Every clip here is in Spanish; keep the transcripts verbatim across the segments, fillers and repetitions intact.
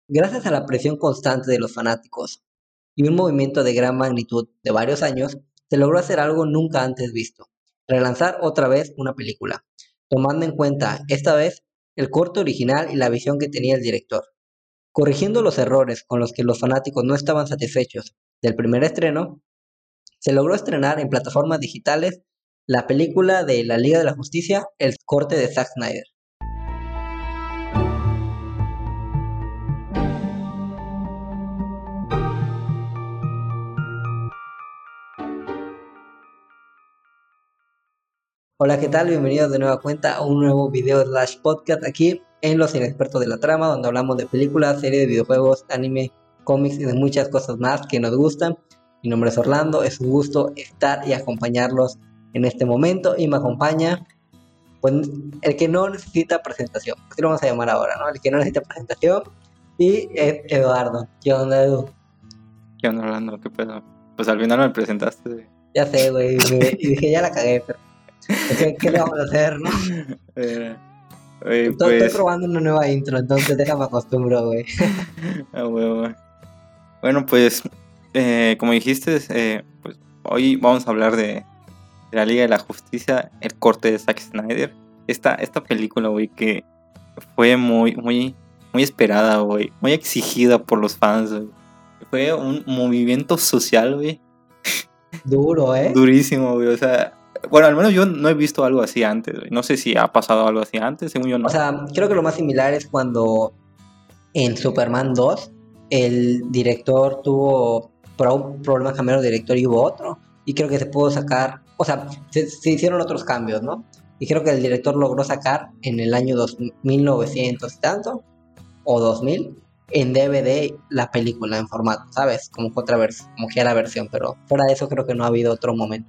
Gracias a la presión constante de los fanáticos y un movimiento de gran magnitud de varios años, se logró hacer algo nunca antes visto: relanzar otra vez una película, tomando en cuenta, esta vez, el corte original y la visión que tenía el director. Corrigiendo los errores con los que los fanáticos no estaban satisfechos del primer estreno, se logró estrenar en plataformas digitales la película de la Liga de la Justicia, el corte de Zack Snyder. Hola, ¿qué tal? Bienvenidos de nueva cuenta a un nuevo video slash podcast aquí en Los Inexpertos de la Trama, donde hablamos de películas, series de videojuegos, anime, cómics y de muchas cosas más que nos gustan. Mi nombre es Orlando, es un gusto estar y acompañarlos en este momento, y me acompaña pues el que no necesita presentación, así lo vamos a llamar ahora, ¿no? El que no necesita presentación, y es Eduardo. ¿Qué onda, Edu? ¿Qué onda, Orlando? ¿Qué pedo? Pues al final me presentaste. Ya sé, güey, me- y dije, ya la cagué, pero ¿qué, qué le vamos a hacer, no? Eh, eh, Estoy, estoy pues, probando una nueva intro, entonces déjame acostumbro, güey. ah, huevo. Bueno, pues, eh, como dijiste, eh, pues hoy vamos a hablar de, de la Liga de la Justicia, el corte de Zack Snyder. Esta, esta película, güey, que fue muy, muy, muy esperada, güey, muy exigida por los fans, güey. Fue un movimiento social, güey, Duro, ¿eh? durísimo, güey. O sea, bueno, al menos yo no he visto algo así antes, güey. No sé si ha pasado algo así antes, según yo O no. sea, creo que lo más similar es cuando en Superman dos el director tuvo por un problema, cambiaron de director y hubo otro, y creo que se pudo sacar, o sea, se, se hicieron otros cambios, ¿no? Y creo que el director logró sacar en el año dos mil novecientos y tanto, o dos mil, en D V D la película en formato, ¿sabes? Como que otra versión, como que era la versión, pero fuera de eso creo que no ha habido otro momento.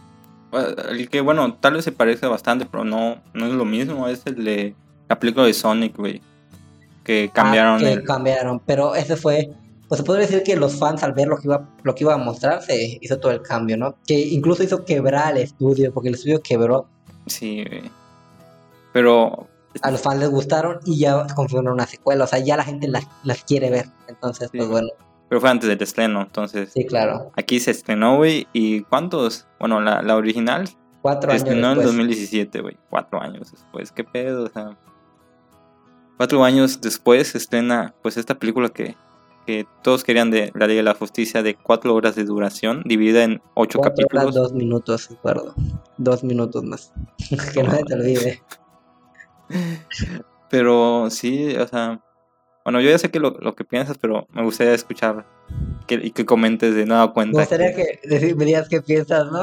El que, bueno, tal vez se parece bastante, pero no, no es lo mismo. Es el de la película de Sonic, güey. Que cambiaron Ah, que el... cambiaron, pero ese fue, pues se podría decir que los fans al ver lo que iba, lo que iba a mostrar, se hizo todo el cambio, ¿no? Que incluso hizo quebrar el estudio, porque el estudio quebró. Sí, güey. Pero... A los fans les gustaron y ya confirmaron una secuela, o sea, ya la gente las, las quiere ver. Entonces, Sí, pues bueno, pero fue antes del estreno, entonces... sí, claro. Aquí se estrenó, güey. ¿Y cuántos? Bueno, la, la original Cuatro se años estrenó en después. dos mil diecisiete, güey. Cuatro años después. ¿Qué pedo? O sea... Cuatro años después se estrena, pues, esta película que... que todos querían, de la Liga de la Justicia, de cuatro horas de duración, dividida en ocho Cuatro horas, capítulos. dos minutos, recuerdo. Dos minutos más. Que no se te olvide. Pero sí, o sea, bueno, yo ya sé que lo, lo que piensas, pero me gustaría escuchar que, y que comentes de nueva Me cuenta. gustaría que decir- me digas qué piensas, ¿no?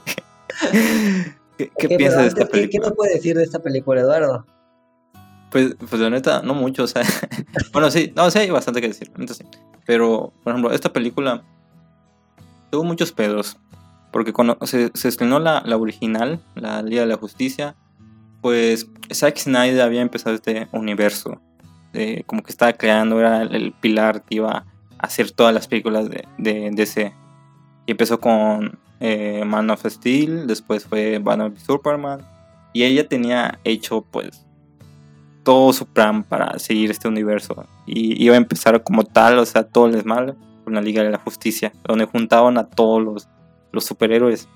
¿Qué, qué Ok, pero piensas de esta antes, ¿qué, ¿qué película? nos puedes decir de esta película, Eduardo? Pues, pues la neta, no mucho, o sea, bueno, sí, no, sí hay bastante que decir, la neta sí. Pero, por ejemplo, esta película tuvo muchos pedos, porque cuando se, se estrenó la, la original, la Liga de la Justicia, pues Zack Snyder había empezado este universo, de, como que estaba creando, era el, el pilar que iba a hacer todas las películas de, de D C. Y empezó con eh, Man of Steel, después fue Batman v Superman, y ella tenía hecho pues todo su plan para seguir este universo, y iba a empezar como tal, o sea, todo el desmadre con la Liga de la Justicia, donde juntaban a todos los, los superhéroes.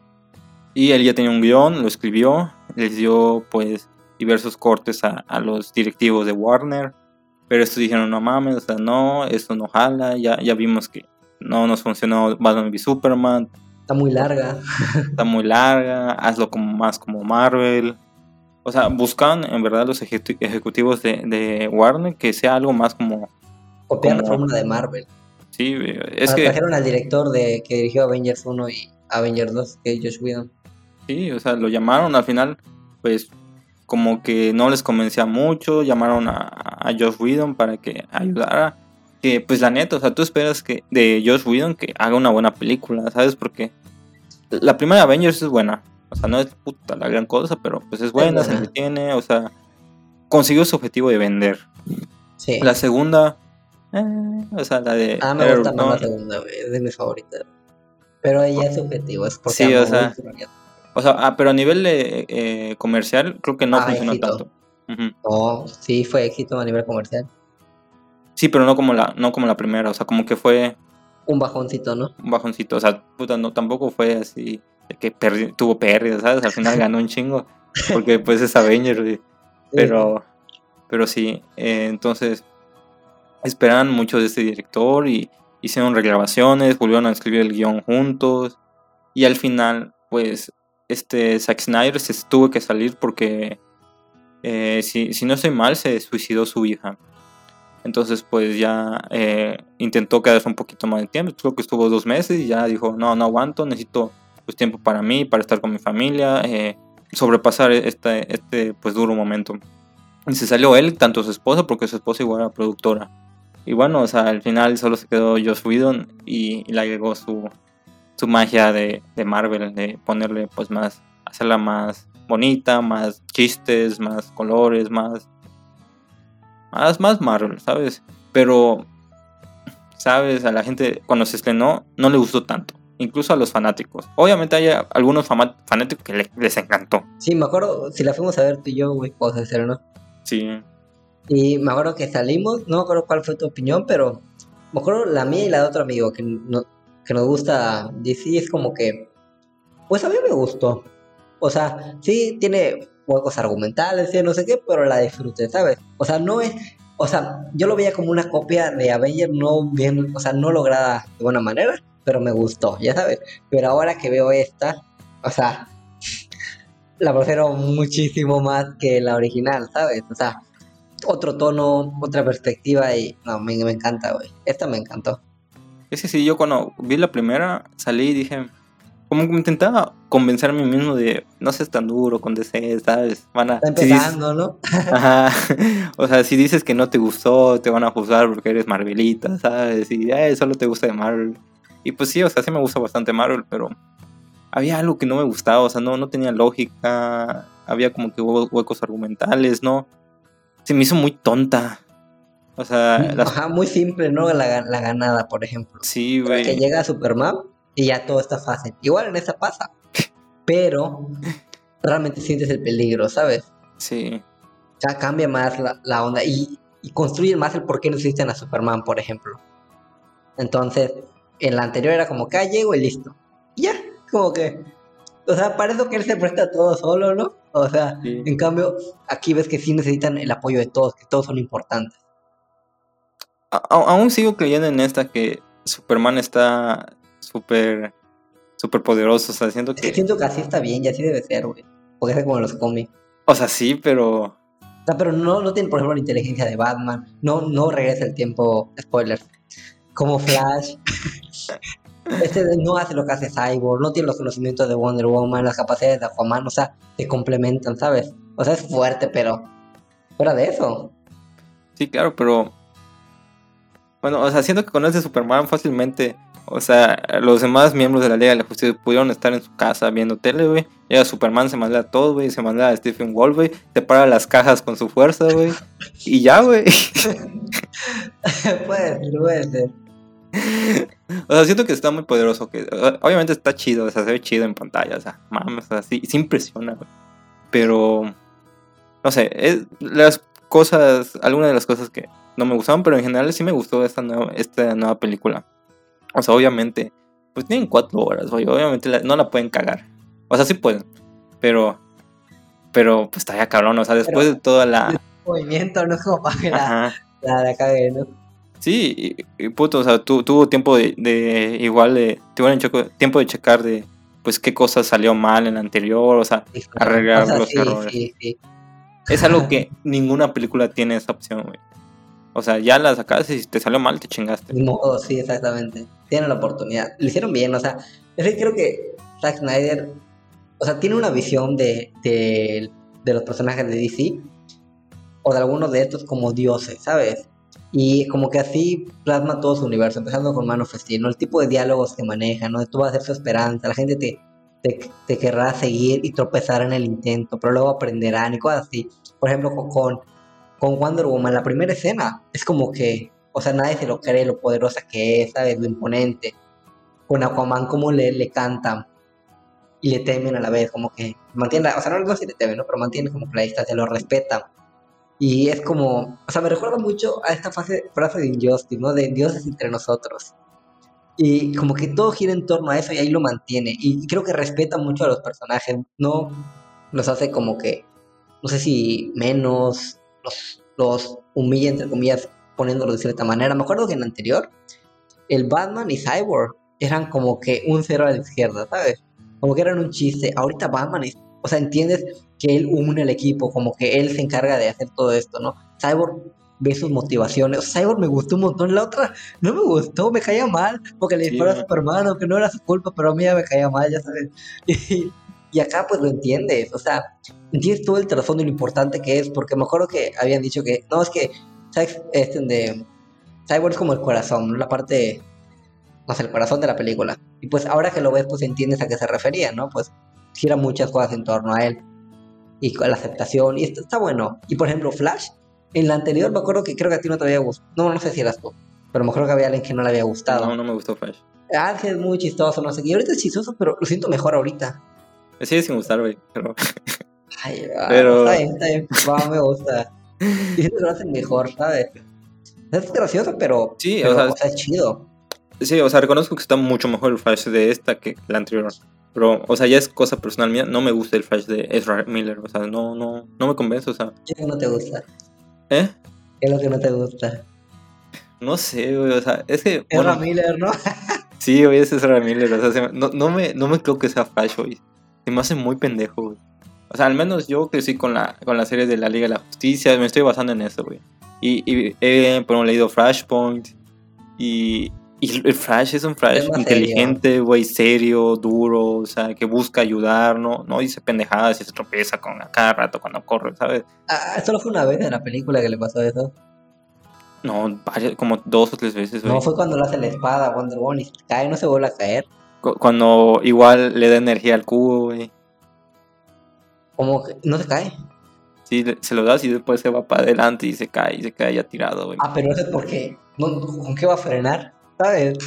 Y él ya tenía un guión, lo escribió, les dio pues diversos cortes a, a los directivos de Warner, pero estos dijeron, no mames, o sea, no, esto no jala, ya, ya vimos que no nos funcionó Batman v Superman, Está muy larga. está muy larga, hazlo como más como Marvel. O sea, buscan en verdad los ejecu- ejecutivos de, de Warner que sea algo más como, Copiar la como, fórmula de Marvel. sí, es Ahora que, trajeron al director de que dirigió Avengers uno y Avengers dos, que es Josh Whedon. sí, o sea, lo llamaron al final, pues como que no les convencía mucho, llamaron a, a Josh Whedon para que ayudara, que pues la neta, o sea, tú esperas que de Josh Whedon que haga una buena película, ¿sabes? Porque la primera Avengers es buena, o sea, no es puta la gran cosa, pero pues es buena, Es se buena. entretiene, o sea, consiguió su objetivo de vender. Sí. La segunda, eh, o sea, la de Ah, me Era gusta más la Ultron, segunda, güey, es de mis favoritas. Pero ella es subjetivo, es porque sí, o amo sea, Ultron. o sea, ah, pero a nivel de, eh, comercial creo que no Ah, funcionó éxito. tanto. Ujú. No, sí fue éxito a nivel comercial. Sí, pero no como la, no como la primera, o sea, como que fue Un bajoncito, ¿no? un bajoncito, o sea, puta, no, tampoco fue así, de que perdi- tuvo pérdidas, ¿sabes? Al final ganó un chingo, porque pues es Avenger, güey. Sí, sí. Pero, pero sí, eh, entonces esperaban mucho de este director y hicieron regrabaciones, volvieron a escribir el guión juntos y al final, pues, este Zack Snyder se tuvo que salir porque, eh, si, si no estoy mal, se suicidó su hija. Entonces, pues ya eh, intentó quedarse un poquito más de tiempo. Creo que estuvo dos meses y ya dijo, no, no aguanto, necesito pues tiempo para mí, para estar con mi familia, eh, sobrepasar este, este pues duro momento. Y se salió él, tanto su esposa, porque su esposa igual era productora. Y bueno, o sea, al final solo se quedó Joss Whedon y, y le agregó su, su magia de, de Marvel, de ponerle pues más, hacerla más bonita, más chistes, más colores, más Más, más Marvel, ¿sabes? Pero, ¿sabes? A la gente cuando se estrenó no le gustó tanto. Incluso a los fanáticos. Obviamente hay algunos fama- fanáticos que le- les encantó. Sí, me acuerdo, si la fuimos a ver tú y yo, güey, o sea, ¿no? Sí. Y me acuerdo que salimos, no me acuerdo cuál fue tu opinión, pero me acuerdo la mía y la de otro amigo que, no, que nos gusta D C, es como que, pues a mí me gustó. O sea, sí tiene huecos argumentales, sí, no sé qué, pero la disfruté, ¿sabes? O sea, no es, o sea, yo lo veía como una copia de Avenger, no bien, o sea, no lograda de buena manera, pero me gustó, ya sabes. Pero ahora que veo esta, o sea, la prefiero muchísimo más que la original, ¿sabes? O sea, otro tono, otra perspectiva y no, me, me encanta, güey. Esta me encantó. Es que sí, yo cuando vi la primera salí y dije, como que me intentaba convencer a mí mismo de no seas tan duro con D C, ¿sabes? Van a, Está si dices, empezando, ¿no? ajá, o sea, si dices que no te gustó, te van a juzgar porque eres Marvelita, ¿sabes? Y eh, solo te gusta de Marvel. Y pues sí, o sea, sí me gusta bastante Marvel, pero había algo que no me gustaba, o sea, no, no tenía lógica, había como que hue- huecos argumentales, ¿no? Se me hizo muy tonta. O sea, Mm, las... Ajá, muy simple, ¿no? La, la ganada, por ejemplo. Sí, Sabes que güey. llega Superman y ya todo está fácil. Igual en esta pasa, pero realmente sientes el peligro, ¿sabes? Sí. O sea, cambia más la, la onda y, y construye más el por qué no existen a Superman, por ejemplo. Entonces, en la anterior era como que ah, llego y listo. Y ya, como que, o sea, parece que él se presta todo solo, ¿no? O sea, Sí. en cambio, aquí ves que sí necesitan el apoyo de todos, que todos son importantes. A- a- aún sigo creyendo en esta que Superman está súper, súper poderoso, o sea, siento Es que que... siento que así está bien y así debe ser, güey. Porque es como en los cómics. O sea, sí, pero... O sea, pero no, no tiene, por ejemplo, la inteligencia de Batman. No, no regresa el tiempo, spoilers, como Flash. Este no hace lo que hace Cyborg, no tiene los conocimientos de Wonder Woman, las capacidades de Aquaman, o sea, se complementan, ¿sabes? O sea, es fuerte, pero fuera de eso. Sí, claro, pero... Bueno, o sea, siento que con ese Superman fácilmente... O sea, los demás miembros de la Liga de la Justicia pudieron estar en su casa viendo tele, güey. Llega Superman, se manda a todos, güey. Se manda a Stephen Wolf, güey. Separa las cajas con su fuerza, güey. Y ya, güey. Puede ser, puede ser. O sea, siento que está muy poderoso. Que o- obviamente está chido, o sea, se ve chido en pantalla. O sea, mames, o sea, sí, sí impresiona, güey. Pero, no sé, es las cosas, algunas de las cosas que no me gustaron, pero en general sí me gustó esta nueva, esta nueva película. O sea, obviamente, pues tienen cuatro horas, güey. Obviamente la- no la pueden cagar. O sea, sí pueden, pero, pero pues está ya cabrón. O sea, después Pero de toda el la, movimiento no es como para que la, ajá. la, la cague, ¿no? Sí, y, y puto, o sea, tu, tuvo tiempo de, de igual de, tuvieron checo- tiempo de checar de, pues, qué cosas salió mal en la anterior, o sea, Sí, claro. O arreglar sea, los sí, errores. sí, sí. Es algo que ninguna película tiene esa opción, güey. O sea, ya la sacaste y si te salió mal, te chingaste. Ni modo, sí, exactamente. Tienen la oportunidad. Lo hicieron bien, o sea, es que creo que Zack Snyder, o sea, tiene una visión de, de, de los personajes de D C o de algunos de estos como dioses, ¿sabes? Y como que así plasma todo su universo, empezando con Man of Steel, ¿no? El tipo de diálogos que maneja, ¿no? Tú vas a ser su esperanza, la gente te, te, te querrá seguir y tropezar en el intento, pero luego aprenderán y cosas así. Por ejemplo, con, con, con Wonder Woman, la primera escena es como que, o sea, nadie se lo cree lo poderosa que es, ¿sabes? Lo imponente. Con Aquaman, como le, le cantan y le temen a la vez, como que mantiene, la- o sea, no, no sé si le temen, ¿no? Pero mantiene como que la distancia, lo respetan. Y es como, o sea, me recuerda mucho a esta fase, frase de Injustice, ¿no? De dioses entre nosotros. Y como que todo gira en torno a eso y ahí lo mantiene. Y creo que respeta mucho a los personajes, no los hace como que, no sé si menos, los, los humilla entre comillas, poniéndolo de cierta manera. Me acuerdo que en el anterior, el Batman y Cyborg eran como que un cero a la izquierda, ¿sabes? Como que eran un chiste. Ahorita Batman es, o sea, entiendes que él une el equipo, como que él se encarga de hacer todo esto, ¿no? Cyborg ve sus motivaciones. O sea, Cyborg me gustó un montón. La otra no me gustó, me caía mal, porque le Sí, disparó a güey. Superman, aunque no era su culpa, pero a mí ya me caía mal, ya sabes. Y, y acá pues lo entiendes, o sea, entiendes todo el trasfondo y lo importante que es, porque me acuerdo que habían dicho que, no, es que, ¿sabes? Este de Cyborg es como el corazón, ¿no? La parte, no sé, el corazón de la película. Y pues ahora que lo ves, pues entiendes a qué se refería, ¿no? Pues gira muchas cosas en torno a él y con la aceptación, y esto está bueno. Y por ejemplo, Flash, en la anterior me acuerdo que creo que a ti no te había gustado, no, no sé si eras tú, pero me acuerdo que había alguien que no le había No, gustado. no me gustó Flash. Ah, que es muy chistoso, no sé qué, y ahorita es chistoso, pero lo siento mejor ahorita. Me sigue sin gustar, güey. Pero, Ay, va, no, está pero bien, está bien, va, me gusta. Y siento que lo hacen mejor, ¿sabes? Es gracioso, pero, sí, o pero, sea, o sea, es chido. sí, o sea, reconozco que está mucho mejor el Flash de esta que la anterior. Pero, o sea, ya es cosa personal mía. No me gusta el Flash de Ezra Miller. O sea, no, no, no me convence. O sea, ¿Qué es lo que no te gusta? ¿eh? ¿Qué es lo que no te gusta? No sé, güey. O sea, es que, Ezra bueno, Miller, ¿no? sí, güey, es Ezra Miller. O sea, se me- no, no me, no me creo que sea Flash, güey. Se me hace muy pendejo, güey. O sea, al menos yo crecí con la, con la serie de la Liga de la Justicia. Me estoy basando en eso, güey. Y, y he, por ejemplo, leído Flashpoint. Y, y el Flash es un Es Flash más serio. inteligente, güey, serio, duro, o sea, que busca ayudar, no, no dice pendejadas y se tropieza con a cada rato cuando corre, ¿sabes? Ah, solo fue una vez en la película que le pasó eso. No, varias- como dos o tres veces, No, güey. fue cuando le hace la espada a Wonder Woman y se cae y no se vuelve a caer. Cu- Cuando igual le da energía al cubo, güey. Como que no se cae. Sí, le- se lo das y después se va para adelante y se cae y se cae ya tirado, güey. Ah, pero eso es porque, no, ¿con qué va a frenar? ¿Sabes?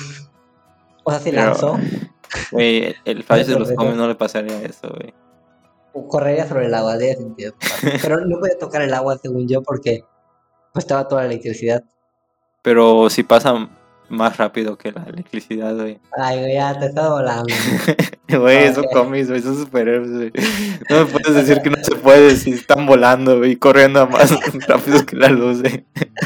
O sea, se Pero, lanzó güey, el y se Flash de los cómics tropezó. no le pasaría eso, güey. O correría sobre el agua, tiene sentido. Pero no podía tocar el agua, según yo, porque pues, estaba toda la electricidad. Pero sí pasa más rápido que la electricidad, güey. Ay, güey, ya te estaba volando. Güey, Ok. son cómics, güey, son superhéroes, güey. No me puedes decir que no se puede si están volando, güey, corriendo a más rápido que la luz, güey.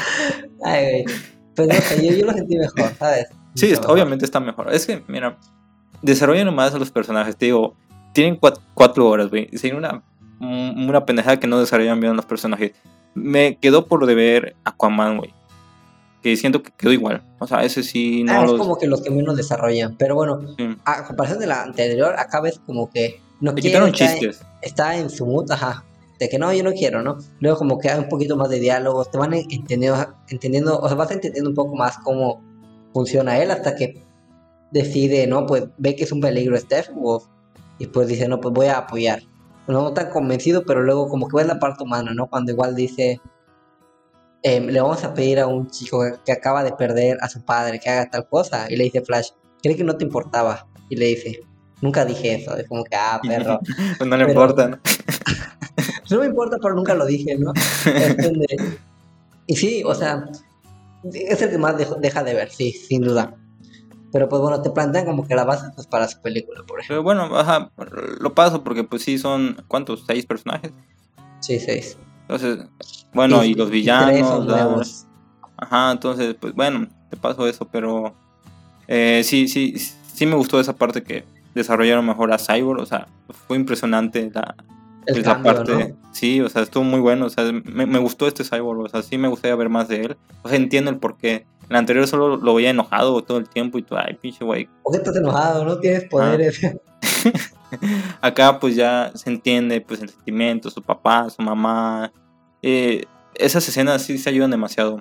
Ay, güey. Pues no sé, yo, yo lo sentí mejor, ¿sabes? Sí, Mucho est- mejor. obviamente está mejor. Es que, mira, desarrollan más a los personajes, te digo, tienen cuat- cuatro horas, güey. Sin una, un- una pendejada que no desarrollan bien a los personajes. Me quedó por deber Aquaman, güey. Que siento que quedó igual. O sea, ese sí no Ah, es los. como que los que menos desarrollan. Pero bueno, Sí. a comparación de la anterior, acá ves como que no Le quiere, quitaron está en, chistes. está en su mood, ajá. De que no, yo no quiero, ¿no? Luego como que hay un poquito más de diálogos, te van en- entendiendo, entendiendo, o sea, vas entendiendo un poco más cómo funciona él hasta que decide, ¿no? Pues ve que es un peligro Steppenwolf y pues dice, no, pues voy a apoyar. No tan convencido, pero luego como que ves la parte humana, ¿no? Cuando igual dice, eh, le vamos a pedir a un chico que, que acaba de perder a su padre que haga tal cosa. Y le dice Flash, creí que no te importaba. Y le dice, nunca dije eso. Es como que, ah, perro. Pues no le Pero importa, ¿no? no me importa, pero nunca lo dije, ¿no? Este de- y sí, o sea, es el que más dejo- deja de ver, sí, sin duda. Pero pues bueno, te plantean como que la base pues, para su película, por Pero ejemplo. bueno, ajá, lo paso porque pues sí son, ¿cuántos? ¿Seis personajes? Sí, seis. Entonces, bueno, y los Y, y tres villanos, son Dash. nuevos. Ajá, entonces, pues bueno, te paso eso, pero eh, sí, sí, sí me gustó esa parte que desarrollaron mejor a Cyborg, o sea, fue impresionante la, El pues la cambio, parte, ¿no? sí, o sea, estuvo muy bueno, o sea, me, me gustó este Cyborg, o sea, sí me gustaría ver más de él, o sea, entiendo el porqué. En la anterior solo lo veía enojado todo el tiempo y tú, ay, pinche güey. ¿Por qué estás enojado? No tienes Ajá. poderes. Acá pues ya se entiende pues el sentimiento, su papá, su mamá. Eh, esas escenas sí se ayudan demasiado.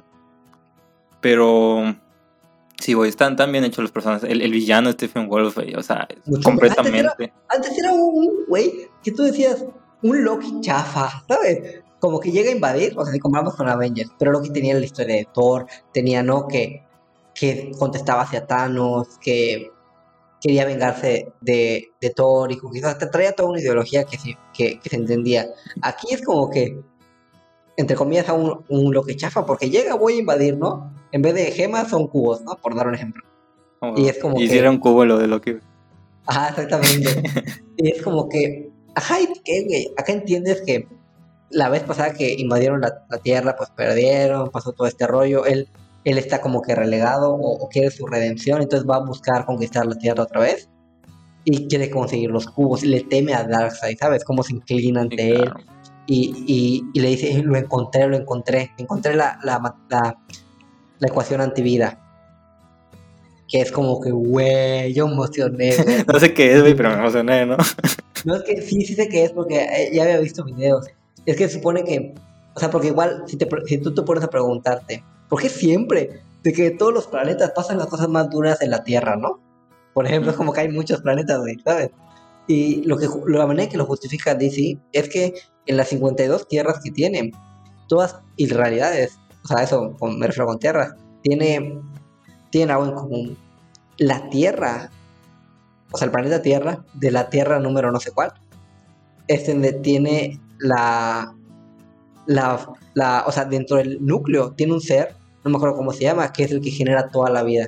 Pero sí, güey, están tan bien hechos los personajes. El, el villano Stephen Wolf, güey, o sea, Mucho. Antes era, completamente. antes era un güey que tú decías, un Loki chafa, ¿sabes? Como que llega a invadir, o sea, si comparamos con Avengers, pero Loki tenía la historia de Thor, tenía, ¿no? Que, que contestaba hacia Thanos, que quería vengarse de, de Thor y como que te traía toda una ideología que, sí- que, que se entendía. Aquí es como que entre comillas, a un, un lo que chafa, porque llega, voy a invadir, ¿no? En vez de gemas son cubos, ¿no? Por dar un ejemplo. Como, Y es como y que... si era un cubo lo de lo que... Ajá, exactamente. Y es como que... Ajá, ¿y qué, güey? Acá entiendes que la vez pasada que invadieron la, la Tierra, pues perdieron, pasó todo este rollo, él, él está como que relegado o, o quiere su redención, entonces va a buscar conquistar la Tierra otra vez y quiere conseguir los cubos y le teme a Darkseid, ¿sabes? Cómo se inclina Sí, ante él claro. y, y, y le dice, lo encontré, lo encontré, encontré la, la, la, la ecuación antivida, que es como que, güey, yo me emocioné, güey. No sé qué es, güey, pero me emocioné, ¿no? No, es que sí, sí sé qué es porque eh, ya había visto videos. Es que se supone que, o sea, porque igual si, te, pre- si tú te pones a preguntarte, ¿por qué siempre de que todos los planetas pasan las cosas más duras en la Tierra, ¿no? Por ejemplo, es como que hay muchos planetas, güey, ¿sabes? Y lo que, ju- la manera que lo justifica D C es que en las cincuenta y dos tierras que tienen, todas irrealidades, o sea, eso con- me refiero con tierras, tiene, tienen algo en común. La Tierra, o sea, el planeta Tierra, de la Tierra número no sé cuál, es donde tiene la, la, la, o sea, dentro del núcleo tiene un ser, no me acuerdo cómo se llama, que es el que genera toda la vida.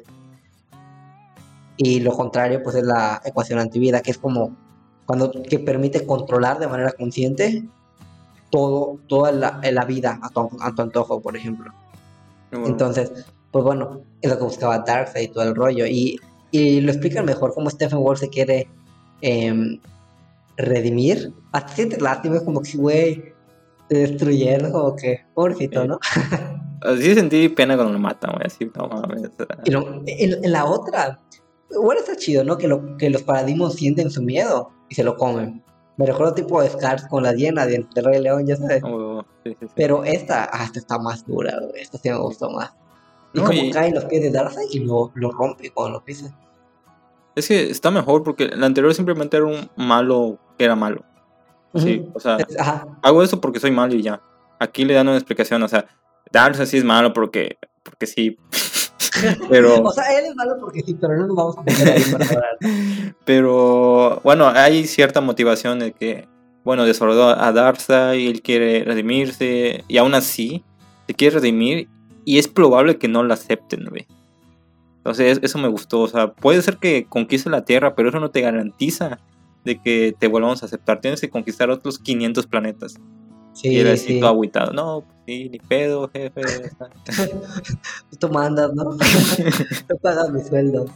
Y lo contrario, pues es la ecuación antivida, que es como cuando que permite controlar de manera consciente todo, toda la, la vida a tu, a tu antojo, por ejemplo. Bueno, Entonces, pues bueno, es lo que buscaba Darkseid y todo el rollo. Y, y lo explican mejor cómo Stephen Wolf se quiere eh, redimir. Hasta sientes lástima, es como que, güey, te destruyeron, como que, pobrecito, eh, ¿no? así sentí pena cuando lo matan, güey, así, no mames. O sea, Y lo, en, en la otra, bueno, está chido, ¿no? Que, lo, que los paradigmas sienten su miedo y se lo comen. Me recuerdo tipo de Scars con la hiena de, de Rey León, ya sabes. no, sí, sí, sí. Pero esta, ah, esta está más dura, güey. Esta sí me gustó más. Y No, como y caen los pies de Darkseid y lo, lo rompe cuando lo pisa. es que está mejor porque el anterior simplemente era un malo que era malo. Así, Ujú. o sea, Es- ajá. hago eso porque soy malo y ya. Aquí le dan una explicación, o sea, Darkseid sí es malo porque, porque sí. O Pero, sea, él es malo porque sí, pero no nos vamos a meter ahí para hablar. pero, bueno, hay cierta motivación de que, bueno, desordenó a Darkseid, él quiere redimirse, y aún así, se quiere redimir, y es probable que no lo acepten, güey. Entonces, eso me gustó, o sea, puede ser que conquiste la Tierra, pero eso no te garantiza de que te volvamos a aceptar. Tienes que conquistar otros quinientos planetas. Y él Sí, así todo sí. agüitado, no, pues sí, ni pedo, jefe. O sea. Tú mandas, ¿no? Tú pagas mi sueldo.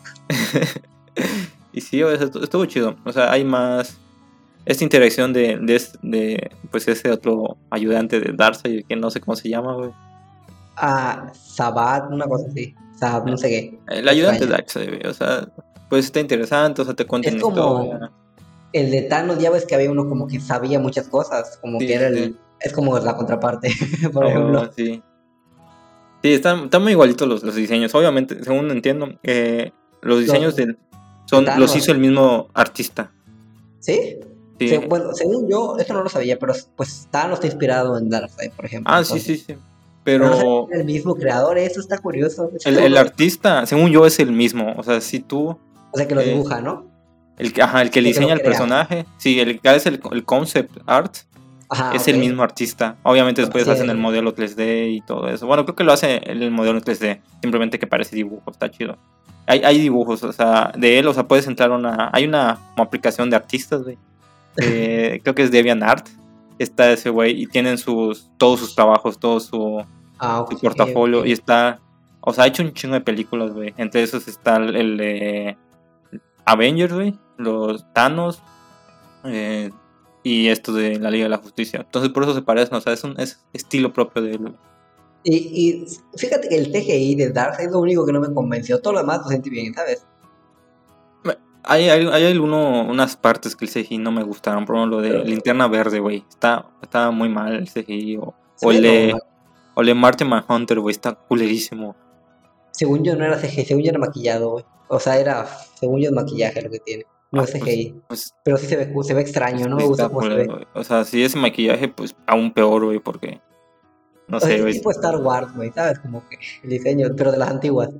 Y sí, o sea, estu- estuvo chido. O sea, hay más. Esta interacción de, de, es- de, pues ese otro ayudante de Darkseid, que no sé cómo se llama, güey. Ah, Sabat, una cosa así. Sab, no sé qué. El Está ayudante de extraño. Darkseid, güey. O sea, pues está interesante, o sea, te cuenta Es una como historia. el de Thanos, ya ves que había uno como que sabía muchas cosas, como que Sí, era sí, sí. el... Es como la contraparte, por Oh, ejemplo. sí. Sí, están, están muy igualitos los, los diseños. Obviamente, según entiendo, eh, los diseños Los de, de son, los hizo Thanos, el mismo artista. ¿sí? Se- Sí. bueno, según yo, esto no lo sabía, pero pues Thanos está inspirado en Darkseid, por ejemplo, Ah, sí, sí, entonces. sí. Pero no sé si Pero era el mismo creador, eso está curioso. Eso el, seguro el lo- artista, según yo, es el mismo. O sea, si tú, o sea, que lo eh, dibuja, ¿no? el, que- ajá, el que O que lo diseña el crea. personaje, sí, el que hace el, el concept art, Ajá, es ok. el mismo artista. Obviamente Porque después sí, hacen el modelo tres D y todo eso. Bueno, creo que lo hace el, el modelo tres D, simplemente que parece dibujo, está chido. Hay, hay dibujos, o sea, de él, o sea, puedes entrar a una, hay una como aplicación de artistas, güey. de- creo que es DeviantArt. Está ese güey y tienen sus, todos sus trabajos, todo su, ah, su ok, portafolio y ok. está, o sea, ha hecho un chingo de películas, güey. Entre esos está el, el de Avengers, güey, los Thanos eh, y esto de la Liga de la Justicia. Entonces por eso se parecen, o sea, es un es estilo propio de él, güey. Y, y fíjate que el C G I de Darkseid es lo único que no me convenció. Todo lo demás lo sentí bien, ¿sabes? Hay, hay, hay alguno, unas partes que el C G I no me gustaron, por ejemplo, lo de Pero Linterna Verde, güey. Está, está muy mal el C G I. O, se o ve el de, normal. o el de Martin Manhunter, güey, está culerísimo. Según yo no era C G I, según yo era maquillado, güey. O sea, era, según yo, es maquillaje lo que tiene. No Ah, es pues, C G I. pues, Pero sí se ve, se ve pues extraño, no sí me gusta está cómo se culero, ve. güey. O sea, si es maquillaje, pues aún peor, güey, porque, no O sea, sé, es güey. tipo Star Wars, güey, ¿sabes? Como que el diseño, pero de las antiguas.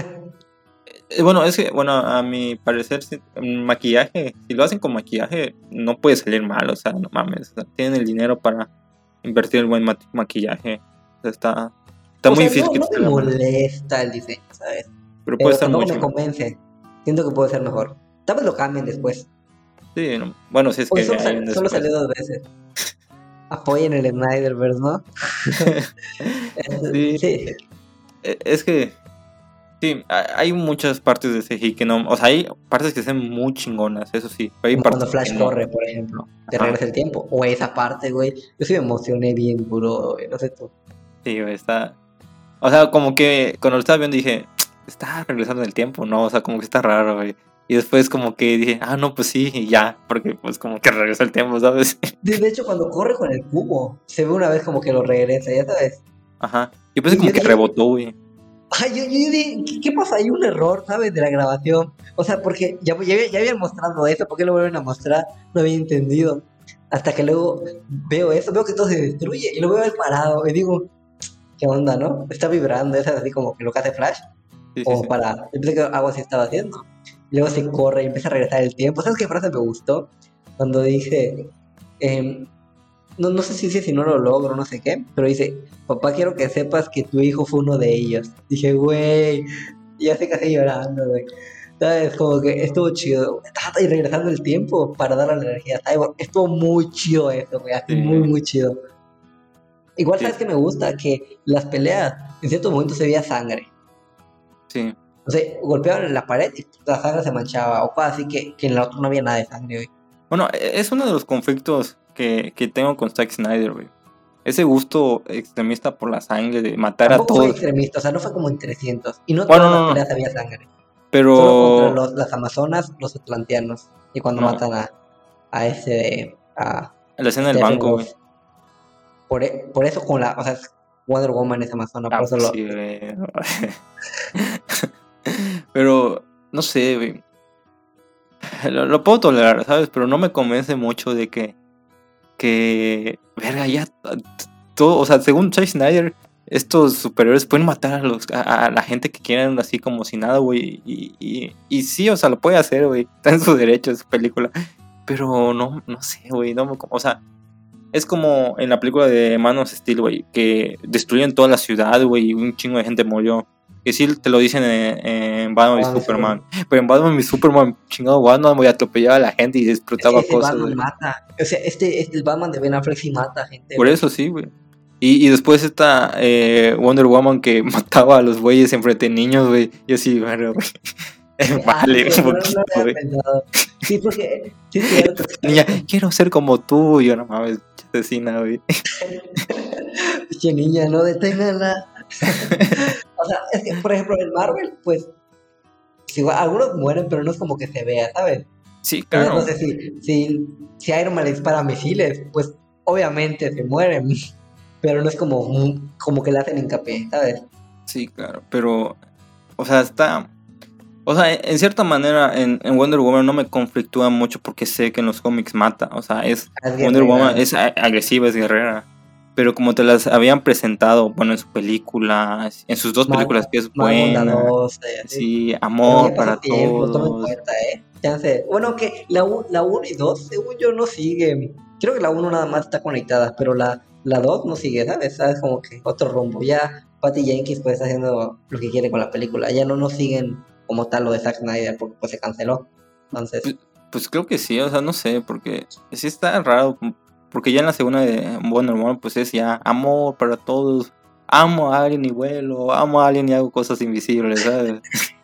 Eh, Bueno, es que, bueno, a mi parecer, si- mm, maquillaje, si lo hacen con maquillaje, no puede salir mal, o sea, no mames, o sea, tienen el dinero para, invertir el buen ma- maquillaje. O sea, está, está O muy sea, difícil no, que no te me salga mal. molesta el diseño, ¿sabes? Pero puede Pero estar tampoco mucho me mejor. convence. Siento que puede ser mejor. Tal vez lo cambien después. Sí, no, bueno, si es Pues que solo, hay sal- un solo después. salió dos veces. Apoyen el Snyderverse, ¿no? Sí, Sí, e- es que sí, ha- hay muchas partes de C G I que no, o sea, hay partes que son muy chingonas, eso sí, pero hay como cuando partes que Flash no. corre, por ejemplo. Te Ajá, regresa el tiempo. O esa parte, güey. Yo sí me emocioné bien duro, güey. No sé tú. sí, güey, está, o sea, como que cuando lo estaba viendo dije, está regresando en el tiempo, ¿no? O sea, como que está raro, güey. Y después como que dije, ah, no, pues sí, y ya, porque pues como que regresa el tiempo, ¿sabes? De, de hecho, cuando corre con el cubo, se ve una vez como que lo regresa, ya sabes. Ajá, yo pensé Y como yo que dije, rebotó, güey. ay, yo, yo dije, ¿qué, qué pasa? Hay un error, ¿sabes? De la grabación. O sea, porque ya, ya, ya habían mostrado eso, ¿por qué lo vuelven a mostrar? No había entendido. Hasta que luego veo eso, veo que todo se destruye y lo veo parado y digo, ¿qué onda, no? Está vibrando, es así como que lo que hace Flash. Sí, sí, O sí. para, yo pensé que algo así estaba haciendo. Y luego se corre y empieza a regresar el tiempo. ¿Sabes qué frase me gustó? Cuando dice, em, no, no sé si dice si no lo logro, no sé qué, pero dice, papá, quiero que sepas que tu hijo fue uno de ellos. Dije, güey, y ya se casi llorando, güey. ¿Sabes? Como que estuvo chido. Estaba ahí regresando el tiempo para darle la energía a Cyborg. Estuvo muy chido eso, güey. Así muy, Sí, muy chido. Igual, sí, ¿sabes qué me gusta? Que las peleas, en ciertos momentos se veía sangre. sí. O sea, golpeaban en la pared y la sangre se manchaba. O cosas así que, que en la otra no había nada de sangre, güey. Bueno, e- es uno de los conflictos que, que tengo con Zack Snyder, güey. Ese gusto extremista por la sangre, de matar a Tampoco fue todos. extremista, o sea, no fue como en trescientos. Y no Bueno, todas las no, no. peleas había sangre. Solo contra Pero los, las amazonas, los atlanteanos. Y cuando no, matan a, a ese de, a la escena del Stephen banco, Wolf. güey. Por, e- por eso con la, o sea, Wonder Woman es amazona, por Ah, eso pues lo... sí, güey. Pero, no sé, güey. Lo, lo puedo tolerar, ¿sabes? Pero no me convence mucho de que, que, verga, ya t- todo, o sea, según Zack Snyder, estos superiores pueden matar a, los, a, a la gente que quieran así como si nada, güey. Y, y, y sí, o sea, lo puede hacer, güey. Está en su derecho, es su película. Pero no, no sé, güey. No me, o sea, es como en la película de Man of Steel, güey, que destruyen toda la ciudad, güey, y un chingo de gente murió. Que sí te lo dicen en, en Batman y Ah, Superman. Pero en Batman y Superman, chingado, Batman, güey, atropellaba a la gente y es que explotaba ese cosas, Batman güey. mata. O sea, este, este el Batman de Ben Affleck sí mata gente, Por güey. eso sí, güey. Y, y después está eh, Wonder Woman que mataba a los güeyes enfrente de niños, güey. Y así, bueno, güey. Ah, sí, Vale, sí, un no, no lo poquito, había güey. pensado. Sí, porque sí es cierto. La niña, quiero ser como tú. Y yo, no mames, asesina, güey. Pinche niña, no deténganla. O sea, es que, por ejemplo, en Marvel, pues, si, algunos mueren, pero no es como que se vea, ¿sabes? Sí, O sea, no claro. sé si, si, si Iron Man le dispara misiles, pues obviamente se mueren, pero no es como, un- como que le hacen hincapié, ¿sabes? Sí, claro. Pero, o sea, está. O sea, en cierta manera, en, en Wonder Woman no me conflictúa mucho porque sé que en los cómics mata. O sea, es. Es Wonder Woman guerrera. es a- agresiva, es guerrera. Pero como te las habían presentado, bueno, en su película, en sus dos Más, películas que es más buena. bondadosa y así. Sí, Pero ya amor pasó para tiempo, toma en todos. cuenta, ¿eh? Chance. Bueno, que la uno la uno y dos según yo, no siguen. Creo que la uno nada más está conectada, pero la, la dos no sigue, ¿sabes? ¿Sabes? Como que otro rumbo. Ya Patty Jenkins pues está haciendo lo que quiere con la película. Ya no nos siguen como tal lo de Zack Snyder porque pues se canceló. Entonces, Pues, pues creo que sí, o sea, no sé, porque sí está raro. Porque ya en la segunda de Wonder Woman, pues es ya amor para todos. Amo a alguien y vuelo, amo a alguien y hago cosas invisibles, ¿sabes?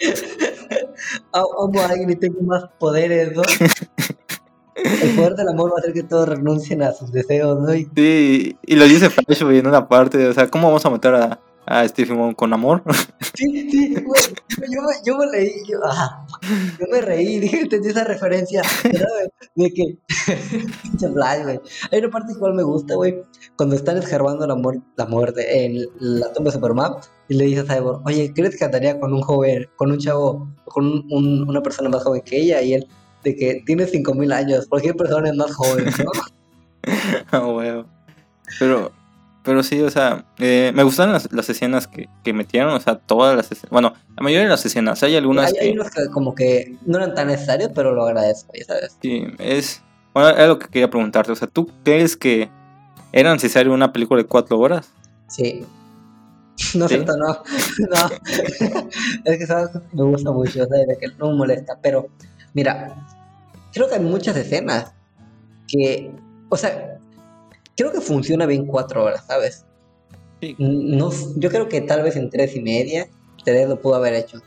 amo a alguien y tengo más poderes, ¿no? El poder del amor va a hacer que todos renuncien a sus deseos, ¿no? Y Sí, y lo dice Flash, güey, en una parte, o sea, ¿cómo vamos a matar a, a Stephen Wong con amor? sí, sí, güey, yo, yo, me, yo me leí, yo, ah, yo me reí, dije, entendí esa referencia, ¿sabes? De que, pinche Flash, güey. Hay una parte que igual me gusta, güey, cuando están escarbando la, muer- la muerte en la tumba de Superman, y le dice a Cyborg, oye, ¿crees que andaría con un joven, con un chavo, con un- un- una persona más joven que ella? Y él, de que tiene cinco mil años, cualquier persona es más joven, ¿no? Ah, güey. Pero, pero sí, o sea, eh, me gustan las, las escenas que, que metieron, o sea, todas las escenas, bueno, la mayoría de las escenas, hay algunas Hay, hay que, unos que como que no eran tan necesarios, pero lo agradezco, ya sabes. sí, es, bueno, es lo que quería preguntarte, o sea, ¿tú crees que ¿Era necesario una película de cuatro horas? Sí. No, ¿Sí? cierto, no. No. Es que sabes, me gusta mucho, o sea, de que no me molesta. Pero, mira, creo que hay muchas escenas que, o sea, creo que funciona bien cuatro horas, ¿sabes? Sí. No, yo creo que tal vez en tres y media, tres lo pudo haber hecho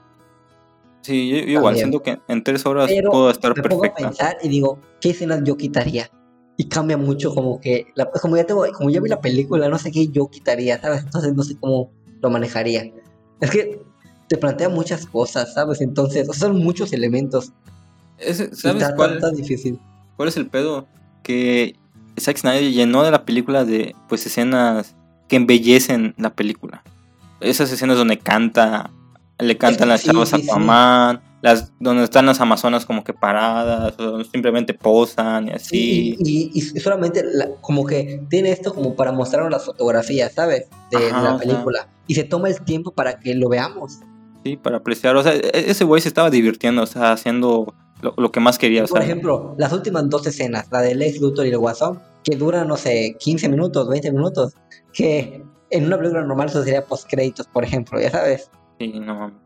Sí, yo, yo igual, también. siento que en tres horas Pero puedo estar me pongo a perfecta. pensar y digo, ¿qué escenas yo quitaría? Y cambia mucho, como que, la, como, ya tengo, como ya vi la película, no sé qué yo quitaría, ¿sabes? Entonces no sé cómo lo manejaría. Es que te plantea muchas cosas, ¿sabes? Entonces, o sea, son muchos elementos Ese, y ¿sabes está tan, cuál, tan difícil. cuál es el pedo? Que Zack Snyder llenó de la película de pues escenas que embellecen la película. Esas escenas donde canta, le Es cantan que las sí, chavas a sí, sí. Aquaman, las donde están las amazonas como que paradas, o simplemente posan y Sí, y, así. y, y solamente la- como que tiene esto como para mostrarnos las fotografías, ¿sabes? De, de Ajá, la o sea, película. Y se toma el tiempo para que lo veamos. sí, para apreciar. O sea, e- ese güey se estaba divirtiendo, o sea, haciendo lo, lo que más quería, Y o por sea, ejemplo, las últimas dos escenas, la de Lex Luthor y el Guasón, que duran, no sé, quince minutos, veinte minutos, que en una película normal eso sería post-créditos, por ejemplo, ya sabes. sí, no mames.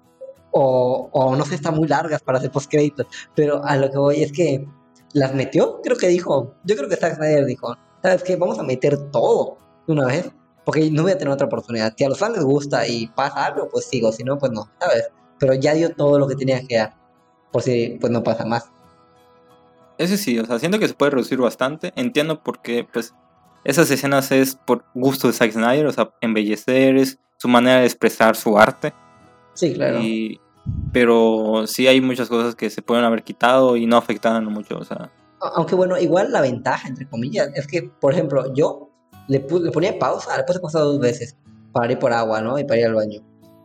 O, o no sé, están muy largas para hacer post-créditos. Pero a lo que voy es que las metió, creo que dijo, yo creo que Zack Snyder dijo, ¿sabes qué? Vamos a meter todo de una vez, porque no voy a tener otra oportunidad. Si a los fans les gusta y pasa algo, pues sigo, si no, pues no, ¿sabes? Pero ya dio todo lo que tenía que dar, por si pues no pasa más. Ese sí, o sea, siento que se puede reducir bastante. Entiendo por qué, pues, esas escenas es por gusto de Zack Snyder, o sea, embellecer, es su manera de expresar su arte. Sí, claro. Y, pero sí hay muchas cosas que se pueden haber quitado y no afectaban mucho, o sea, Aunque bueno, igual la ventaja, entre comillas, es que, por ejemplo, yo le, pu- le ponía pausa, le puse pausa dos veces para ir por agua, ¿no? Y para ir al baño.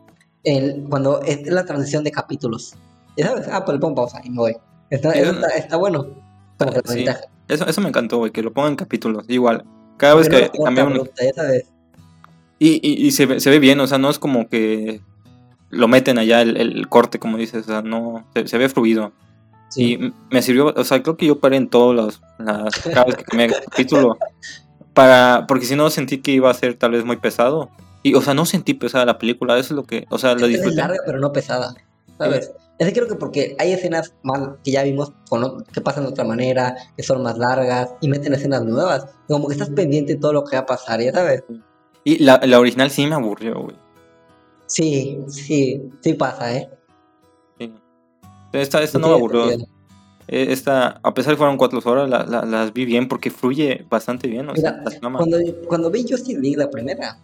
El- cuando es la transición de capítulos. Ya sabes, ah, pues le pongo pausa y me voy. Está, sí, eso eso, está, está bueno, como que la sí, ventaja. eso, eso me encantó, güey, que lo pongan en capítulos, igual. Cada vez Porque no que lo corta cambia un... abrupta, ya sabes. Y, y, y se, ve, se ve bien, o sea, no es como que lo meten allá el, el corte, como dices, o sea, no, se, se ve fluido. Y Sí. m- me sirvió, o sea, creo que yo paré en todos los, las, cada vez que cambié el capítulo, para, porque si no sentí que iba a ser tal vez muy pesado. Y, o sea, no sentí pesada la película, eso es lo que, o sea, la Es que es disfruté. larga, pero no pesada, Sí, ¿sabes? Es que creo que porque hay escenas más que ya vimos con o- que pasan de otra manera, que son más largas y meten escenas nuevas. Como que estás pendiente de todo lo que va a pasar, ya sabes. y la, la original sí me aburrió, güey. Sí, sí, sí pasa, ¿eh? Sí. Esta, esta No no me tiene aburrió. sentido. Eh, Esta, a pesar de que fueron cuatro horas, la- la- las vi bien porque fluye bastante bien, o sea, Mira, la trama. cuando, cuando vi Justice League la primera,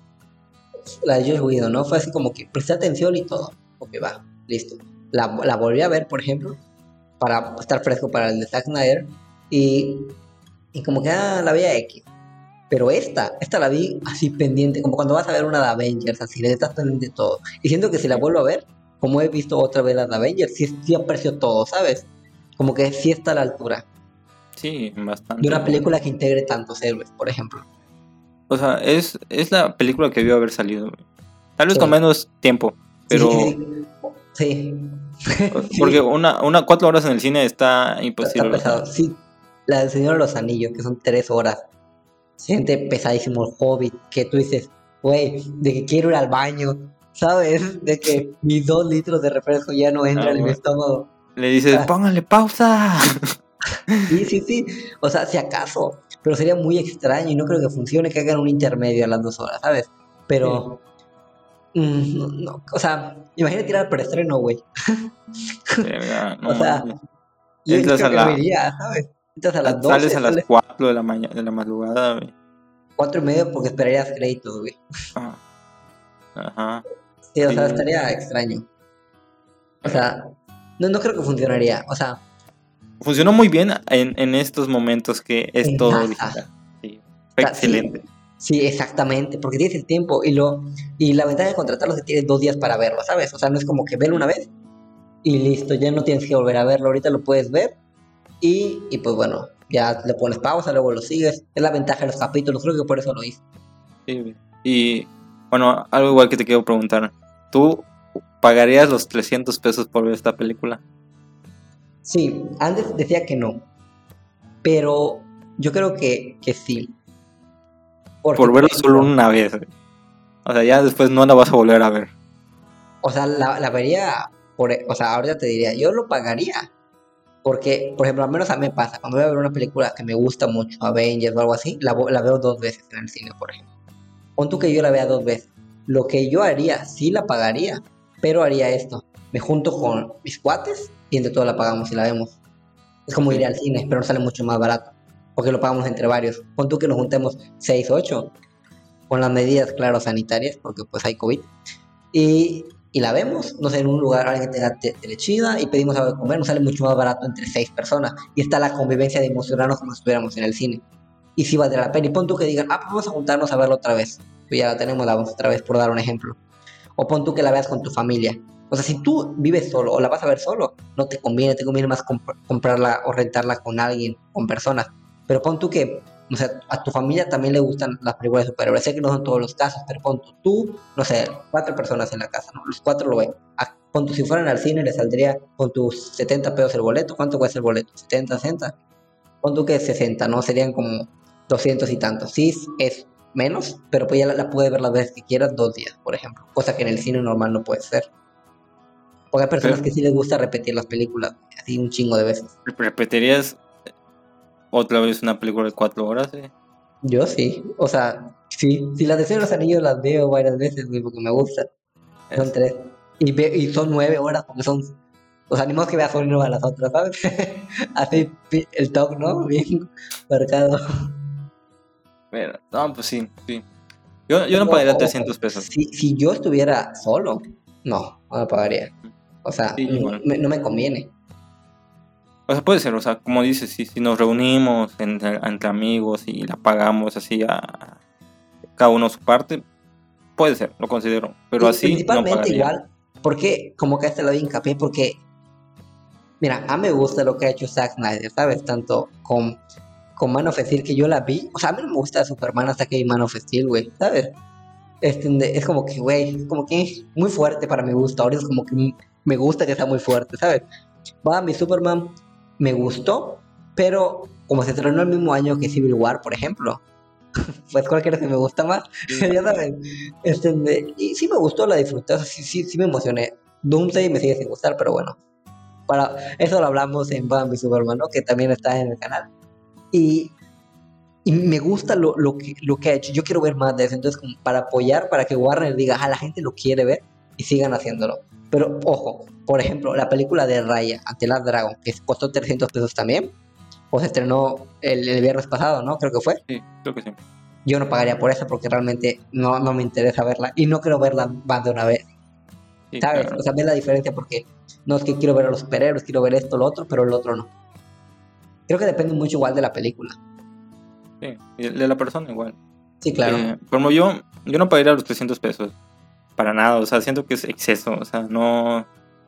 la de Joss Whedon, ¿no? Fue así como que presté atención y todo. Ok, va, listo. La, la volví a ver, por ejemplo, para estar fresco para el de Zack Snyder. Y, y como que, ah, la veía X. Pero esta, esta la vi así pendiente, como cuando vas a ver una de Avengers, así, le estás pendiente de todo. Y siento que si la Sí, vuelvo a ver, como he visto otra vez las de Avengers, sí, sí aprecio todo, ¿sabes? Como que sí está a la altura sí, de bastante. una película que integre tantos héroes, por ejemplo. O sea, es, es la película que debió haber salido, güey. Tal vez con Sí, menos tiempo, sí, pero sí, porque sí, una, una cuatro horas en el cine está está, está imposible, o sea, pesado. Sí, la del Señor de los Anillos, que son tres horas. Siente pesadísimo el Hobbit, que tú dices, güey, de que quiero ir al baño, ¿sabes? De que mis dos litros de refresco ya no ah, entran en mi güey. estómago. Le dices, Ah, póngale pausa. sí, sí, sí. O sea, si acaso, pero sería muy extraño y no creo que funcione que hagan un intermedio a las dos horas, ¿sabes? Sí, Pero, mm, no, no, o sea, imagínate ir al preestreno, güey. verga, no O sea, mames. yo, yo Entras creo a que no la, iría, ¿sabes? Entras a a- las sales doce, a las sales cuatro de la mañana, de la madrugada, güey. cuatro y medio porque esperarías créditos, güey. Ah, ajá, Sí, o sea, sí, estaría extraño. O eh, sea, no, no creo que funcionaría. O sea, funcionó muy bien en, en estos momentos que es en todo casa. digital. Sí, O fue sea, sí, excelente. sí, exactamente, porque tienes el tiempo y lo y la ventaja de contratarlo es que tienes dos días para verlo, ¿sabes? O sea, no es como que verlo una Sí, vez y listo, ya no tienes que volver a verlo, ahorita lo puedes ver y, y pues bueno, ya le pones pausa, luego lo sigues. Es la ventaja de los capítulos, creo que por eso lo hice. sí, güey. Y bueno, algo igual que te quiero preguntar. ¿Tú pagarías los trescientos pesos por ver esta película? Sí, antes decía que no, pero yo creo que, que sí. Porque, por por verlo ejemplo, solo una vez, güey. O sea, ya después no la vas a volver a ver. o sea, la, la vería, por, o sea, ahorita te diría, yo lo pagaría. Porque, por ejemplo, al menos a mí me pasa, cuando voy a ver una película que me gusta mucho, Avengers o algo así, la, vo- la veo dos veces en el cine, por ejemplo. Pon tú que yo la vea dos veces. Lo que yo haría, sí la pagaría, pero haría esto. Me junto con mis cuates y entre todos la pagamos y la vemos. Es como ir Sí. al cine, pero no sale mucho más barato, porque lo pagamos entre varios. Pon tú que nos juntemos seis, ocho, con las medidas, claro, sanitarias, porque pues hay COVID. Y, y la vemos, no sé, en un lugar, alguien que tenga te- tele chida y pedimos algo de comer, nos sale mucho más barato entre seis personas. Y está la convivencia de emocionarnos como si estuviéramos en el cine. Y si vale la pena. Y pon tú que digan, ah, pues vamos a juntarnos a verlo otra vez. Pues ya la tenemos, la vamos otra vez, por dar un ejemplo. O pon tú que la veas con tu familia. O sea, si tú vives solo o la vas a ver solo, no te conviene, te conviene más comp- comprarla o rentarla con alguien, con personas. Pero pon tú que, o sea, a tu familia también le gustan las películas de superhéroes. Sé que no son todos los casos, pero pon tú, tú, no sé, cuatro personas en la casa, ¿no? Los cuatro lo ven. A- Pon tú, si fueran al cine, le saldría con tus setenta pesos el boleto. ¿Cuánto cuesta el boleto? ¿setenta, sesenta? Pon tú que sesenta, ¿no? Serían como doscientos y tantos. Sí, es menos, pero pues ya la, la puedes ver las veces que quieras, dos días, por ejemplo. Cosa que en el cine normal no puede ser. Porque hay personas Pero, que sí les gusta repetir las películas, así un chingo de veces. ¿repetirías otra vez una película de cuatro horas? Eh? Yo sí, o sea, sí. Si las de Señor de los Anillos las veo varias veces, güey, porque me gustan. Son Es- tres. Y, ve- y son nueve horas, porque son. Los animos que veas son nueve a las otras, ¿sabes? Así pi- el talk, ¿no? Bien marcado. Mira, no, pues sí, sí. Yo, yo no Pero, pagaría ojo, trescientos pesos. si, si yo estuviera solo, no, no me pagaría. O sea, Sí, no igual. me, no me conviene. O sea, puede ser, o sea, como dices, si, si nos reunimos entre, entre amigos y la pagamos así a cada uno su parte, puede ser, lo considero. Pero Y así no principalmente pagaría. igual, porque como que a este lo doy hincapié, porque, mira, a mí me gusta lo que ha hecho Zack Snyder, ¿sabes? Tanto con, con Man of Steel, que yo la vi. O sea, a mí no me gusta Superman hasta que vi Man of Steel, güey, ¿sabes? Este, de- es como que, güey, es como que es muy fuerte para mi gusto. Ahora es como que m- me gusta que sea muy fuerte, ¿sabes? Va, mi Superman me gustó, pero como se estrenó el mismo año que Civil War, por ejemplo, pues cualquiera que me gusta más, Sí, ya también. sabes. Este, de- y sí me gustó, la disfruté, o sea, sí, sí, sí me emocioné. Doomsday me sigue sin gustar, pero bueno, para eso lo hablamos en Bambi Superman, ¿no? Que también está en el canal. Y, y me gusta lo, lo, que, lo que ha hecho. Yo quiero ver más de eso. Entonces, como para apoyar, para que Warner diga, ah, la gente lo quiere ver y sigan haciéndolo. Pero ojo, por ejemplo, la película de Raya ante la Dragon, que costó trescientos pesos también, o se estrenó el, el viernes pasado, ¿no? Creo que fue. Sí, creo que sí. Yo no pagaría por eso porque realmente no, no me interesa verla y no quiero verla más de una vez, Sí, ¿sabes? O claro. sea, ves la diferencia porque no es que quiero ver a los superhéroes, quiero ver esto, lo otro, pero el otro no. Creo que depende mucho igual de la película. Sí, y de la persona igual. Sí, claro. Eh, como yo, yo no pagaría los trescientos pesos. Para nada, o sea, siento que es exceso. O sea, no.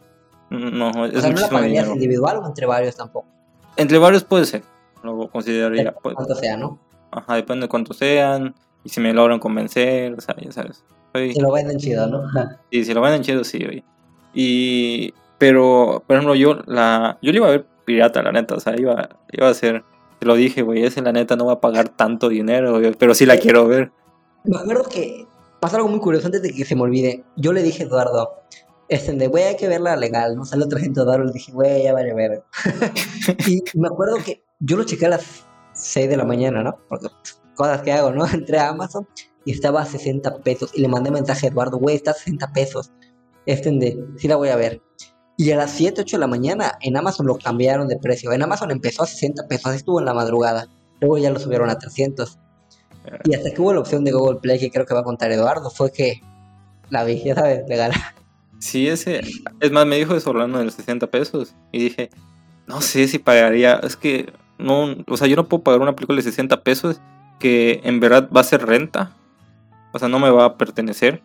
No, O es sea, no la muchísimo pagarías dinero. individual o entre varios tampoco. Entre varios puede ser, lo Depende consideraría. de Pues, cuánto sea, ¿no? ajá, depende de cuántos sean. Y si me logran convencer, o sea, ya sabes. Soy, Si lo venden chido, ¿no? y si lo venden chido, sí, oye. Y. Pero, por ejemplo, yo la. Yo le iba a ver pirata, la neta. O sea, iba, iba a ser. Te lo dije, güey. Ese la neta no va a pagar tanto dinero, güey, pero sí la Eh, quiero ver. Me acuerdo que pasó algo muy curioso antes de que se me olvide. Yo le dije a Eduardo, este, de, güey, hay que verla legal, ¿no? Sale otra gente a Eduardo, le dije, güey, ya vale ver. Y me acuerdo que yo lo chequé a las seis de la mañana, ¿no? Porque pues, cosas que hago, ¿no? Entré a Amazon y estaba a sesenta pesos y le mandé mensaje a Eduardo, güey, está a sesenta pesos. Este, de, sí la voy a ver. Y a las siete ocho de la mañana en Amazon lo cambiaron de precio. En Amazon empezó a sesenta pesos, así estuvo en la madrugada. Luego ya lo subieron a trescientos. Y hasta que hubo la opción de Google Play, que creo que va a contar Eduardo, fue que la vi, ya sabes, legal. Sí, ese. Es más, me dijo eso hablando de los sesenta pesos. Y dije, no sé si pagaría. Es que. No, o sea, yo no puedo pagar una película de sesenta pesos que en verdad va a ser renta. O sea, no me va a pertenecer.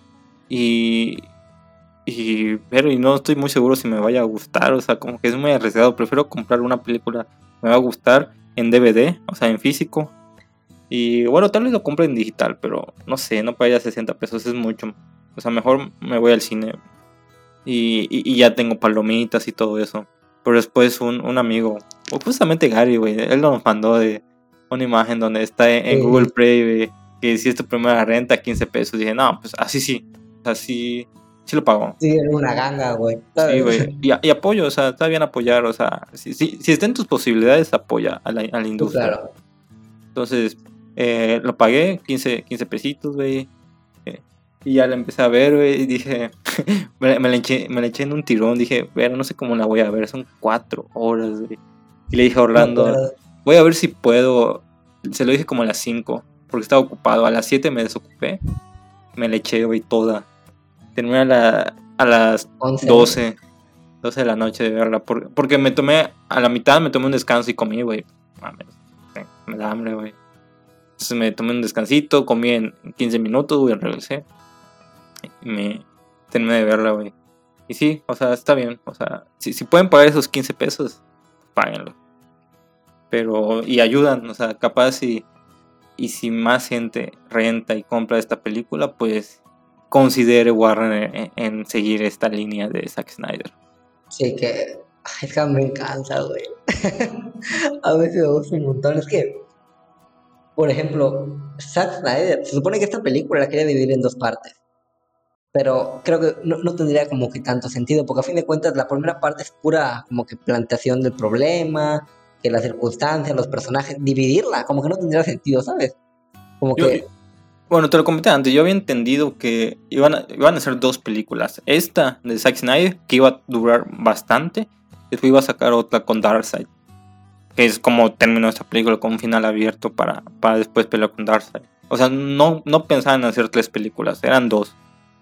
Y. Y. Pero y no estoy muy seguro si me vaya a gustar. O sea, como que es muy arriesgado. Prefiero comprar una película que me va a gustar en D V D, o sea, en físico. Y bueno, tal vez lo compre en digital, pero no sé, no pagaría sesenta pesos, es mucho. O sea, mejor me voy al cine y, y, y ya tengo palomitas y todo eso. Pero después un, un amigo, o justamente Gary, güey, él nos mandó de una imagen donde está en, en Google Sí, Play, güey. que si es tu primera renta, quince pesos. Dije, no, pues así sí, así sí lo pago. Sí, era una ganga, güey. Sí, güey. Y, y apoyo, o sea, está bien apoyar, o sea, si, si, si está en tus posibilidades, apoya a la, a la industria. Claro. Entonces, eh, lo pagué, quince, quince pesitos, güey. Eh, y ya la empecé a ver, güey, y dije, me, me, la eché, me la eché en un tirón. Dije, bueno, no sé cómo la voy a ver, son cuatro horas, güey. Y le dije a Orlando, No, voy a ver si puedo. Se lo dije como a las cinco, porque estaba ocupado. A las siete me desocupé. Me la eché, güey, toda. Terminé a, la, a las once, doce, doce de la noche de verla. Por, porque me tomé, a la mitad me tomé un descanso y comí, güey. Mames, me da hambre, güey. Entonces me tomé un descansito, comí en quince minutos, güey, regresé. Y me terminé de verla, güey. Y sí, o sea, está bien. O sea, si, si pueden pagar esos quince pesos, páguenlo. Pero, y ayudan, o sea, capaz y, y si más gente renta y compra esta película, pues considere Warner en, en seguir esta línea de Zack Snyder. Sí, que es que me encanta, güey. A veces me gusta un montón. Es que, por ejemplo, Zack Snyder, se supone que esta película la quería dividir en dos partes. Pero creo que no, no tendría como que tanto sentido, porque a fin de cuentas la primera parte es pura como que planteación del problema, que las circunstancias, los personajes, dividirla, como que no tendría sentido, ¿sabes? Como Yo, que... Bueno, te lo comenté antes, yo había entendido que iban a, iban a ser dos películas. Esta de Zack Snyder, que iba a durar bastante, después iba a sacar otra con Darkseid, que es como terminó esta película, con un final abierto para, para después pelear con Darkseid. O sea, no, no pensaban en hacer tres películas, eran dos.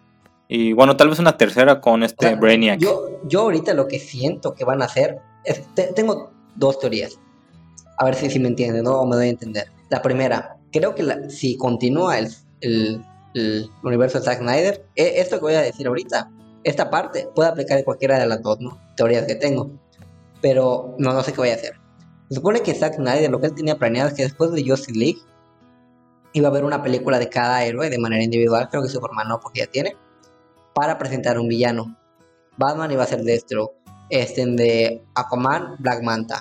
Y bueno, tal vez una tercera con este O sea, Brainiac. Yo, yo ahorita lo que siento que van a hacer es, te, tengo dos teorías. A ver si, si me entienden, ¿no? O me doy a entender. La primera, creo que la, si continúa el, el, el universo de Zack Snyder, eh, esto que voy a decir ahorita, esta parte puede aplicar en cualquiera de las dos, ¿no? Teorías que tengo. Pero no, no sé qué voy a hacer. Se supone que Zack Snyder, lo que él tenía planeado es que después de Justice League iba a haber una película de cada héroe de manera individual. Creo que Superman no, porque ya tiene, para presentar un villano. Batman iba a ser Deathstroke, este de Aquaman, Black Manta,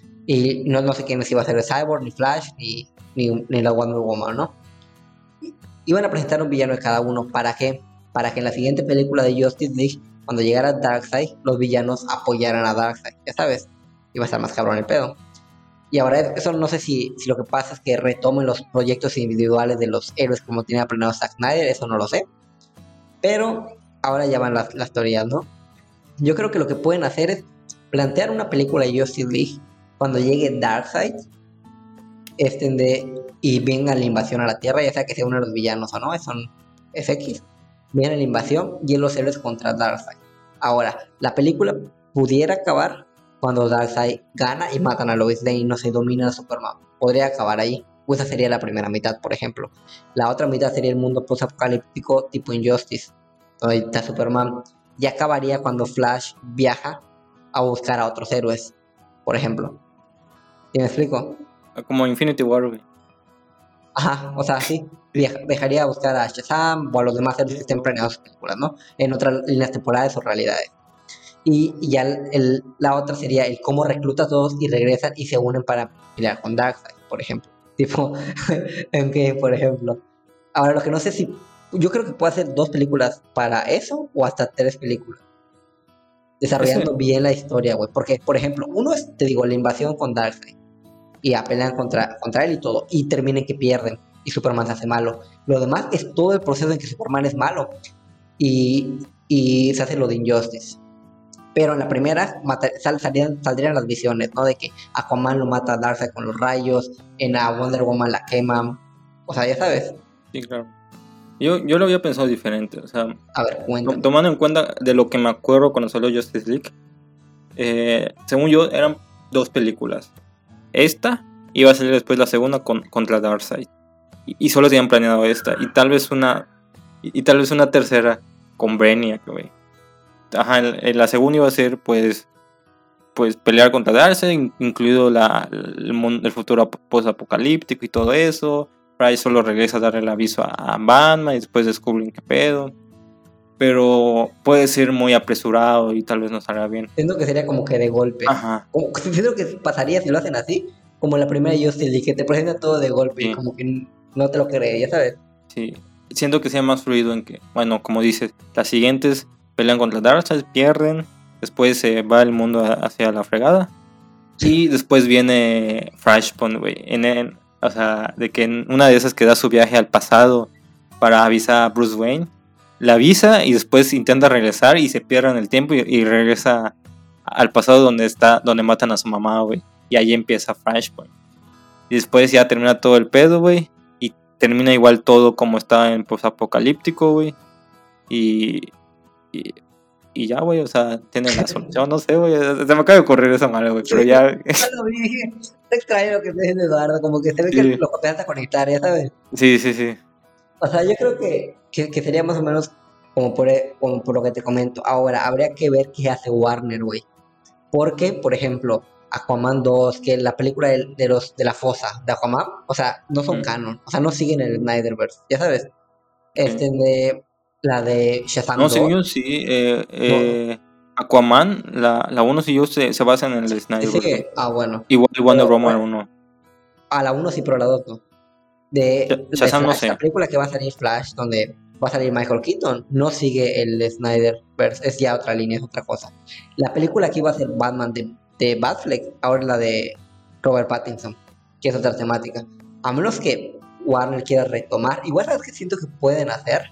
y no, no sé quién iba a ser de Cyborg, ni Flash, ni, ni, ni la Wonder Woman, ¿no? Iban a presentar un villano de cada uno. ¿Para qué? Para que en la siguiente película de Justice League, cuando llegara Darkseid, los villanos apoyaran a Darkseid, ya sabes, iba a estar más cabrón el pedo. Y ahora eso no sé si, si lo que pasa es que retomen los proyectos individuales de los héroes como tenía planeado Zack Snyder, eso no lo sé. Pero ahora ya van las, las teorías, ¿no? Yo creo que lo que pueden hacer es plantear una película de Justice League cuando llegue Darkseid, este de, y venga la invasión a la Tierra, ya sea que sea uno de los villanos o no, son F X, viene la invasión y los héroes contra Darkseid. Ahora, la película pudiera acabar cuando Darkseid gana y matan a Lois Lane y no se domina a Superman. Podría acabar ahí. Esa sería la primera mitad, por ejemplo. La otra mitad sería el mundo post-apocalíptico tipo Injustice, donde está Superman. Ya acabaría cuando Flash viaja a buscar a otros héroes, por ejemplo. ¿Sí me explico? Como Infinity War, güey. Ajá, o sea, sí. Viaja, dejaría a buscar a Shazam o a los demás héroes que estén planeados en películas, ¿no? En otras líneas temporales o realidades. Y, y ya el, el, la otra sería el cómo recluta a todos y regresan y se unen para pelear con Darkseid, por ejemplo. Tipo, en que, por ejemplo. Ahora, lo que no sé si. Yo creo que puede hacer dos películas para eso o hasta tres películas. Desarrollando Ese... bien la historia, güey. Porque, por ejemplo, uno es, te digo, la invasión con Darkseid. Y pelean contra, contra él y todo. Y terminen que pierden. Y Superman se hace malo. Lo demás es todo el proceso en que Superman es malo. Y, y se hace lo de Injustice. Pero en la primera mata, sal, salían, saldrían las visiones, ¿no? De que Aquaman lo mata a Darkseid con los rayos, en a Wonder Woman la queman. O sea, ya sabes. Sí, claro. Yo, yo lo había pensado diferente, o sea... A ver, cuéntame. Tomando en cuenta de lo que me acuerdo cuando salió Justice League, eh, según yo, eran dos películas. Esta iba a salir después la segunda con, contra Darkseid. Y, y solo tenían planeado esta. Y tal vez una... Y, y tal vez una tercera con Brainiac, güey. Ajá, en la segunda iba a ser pues pues pelear contra Darkseid, incluido la, el, el futuro post-apocalíptico y todo eso. Ray solo regresa a darle el aviso a Batman y después descubren qué pedo. Pero puede ser muy apresurado y tal vez no salga bien. Siento que sería como que de golpe. Ajá. Siento que pasaría si lo hacen así, como la primera Justice League, que te presenta todo de golpe sí. y como que no te lo crees, ya sabes. Sí, siento que sea más fluido en que, bueno, como dices, las siguientes pelean contra Darkseid, pierden, después se va el mundo hacia la fregada y después viene Flashpoint, güey, en, en, o sea, de que en una de esas que da su viaje al pasado para avisar a Bruce Wayne, la avisa y después intenta regresar y se pierde en el tiempo y, y regresa al pasado donde está, donde matan a su mamá, güey, y ahí empieza Flashpoint. Y después ya termina todo el pedo, güey. Y termina igual todo como está en posapocalíptico, güey. Y, y, y ya, güey, o sea, tiene la solución, no sé, güey. Se me acaba de ocurrir esa madre, güey, pero ya... Bueno, dije, está extraño lo que te dice Eduardo, como que se ve Sí. que lo copiaste a conectar, ya sabes. Sí, sí, sí. O sea, yo creo que, que, que sería más o menos como por, como por lo que te comento. Ahora, habría que ver qué hace Warner, güey. Porque, por ejemplo, Aquaman dos, que la película de, de los de la fosa de Aquaman, o sea, no son Mm. canon, o sea, no siguen el Snyderverse, ya sabes. Este de la de Shazam No, dos, según yo sí, eh, eh, Aquaman, la, la uno sí yo se, se basa en el sí Snyderverse, güey. sigue, ah, bueno. Igual Wonder Pero, Woman bueno, uno. a la uno sí, pero a la dos no. De, Sha- de Shazam no Flash, sé. la película que va a salir Flash, donde va a salir Michael Keaton, no sigue el Snyderverse, es ya otra línea, es otra cosa. La película que iba a ser Batman de, de Batfleck, ahora es la de Robert Pattinson, que es otra temática. A menos que Warner quiera retomar, igual sabes que siento que pueden hacer,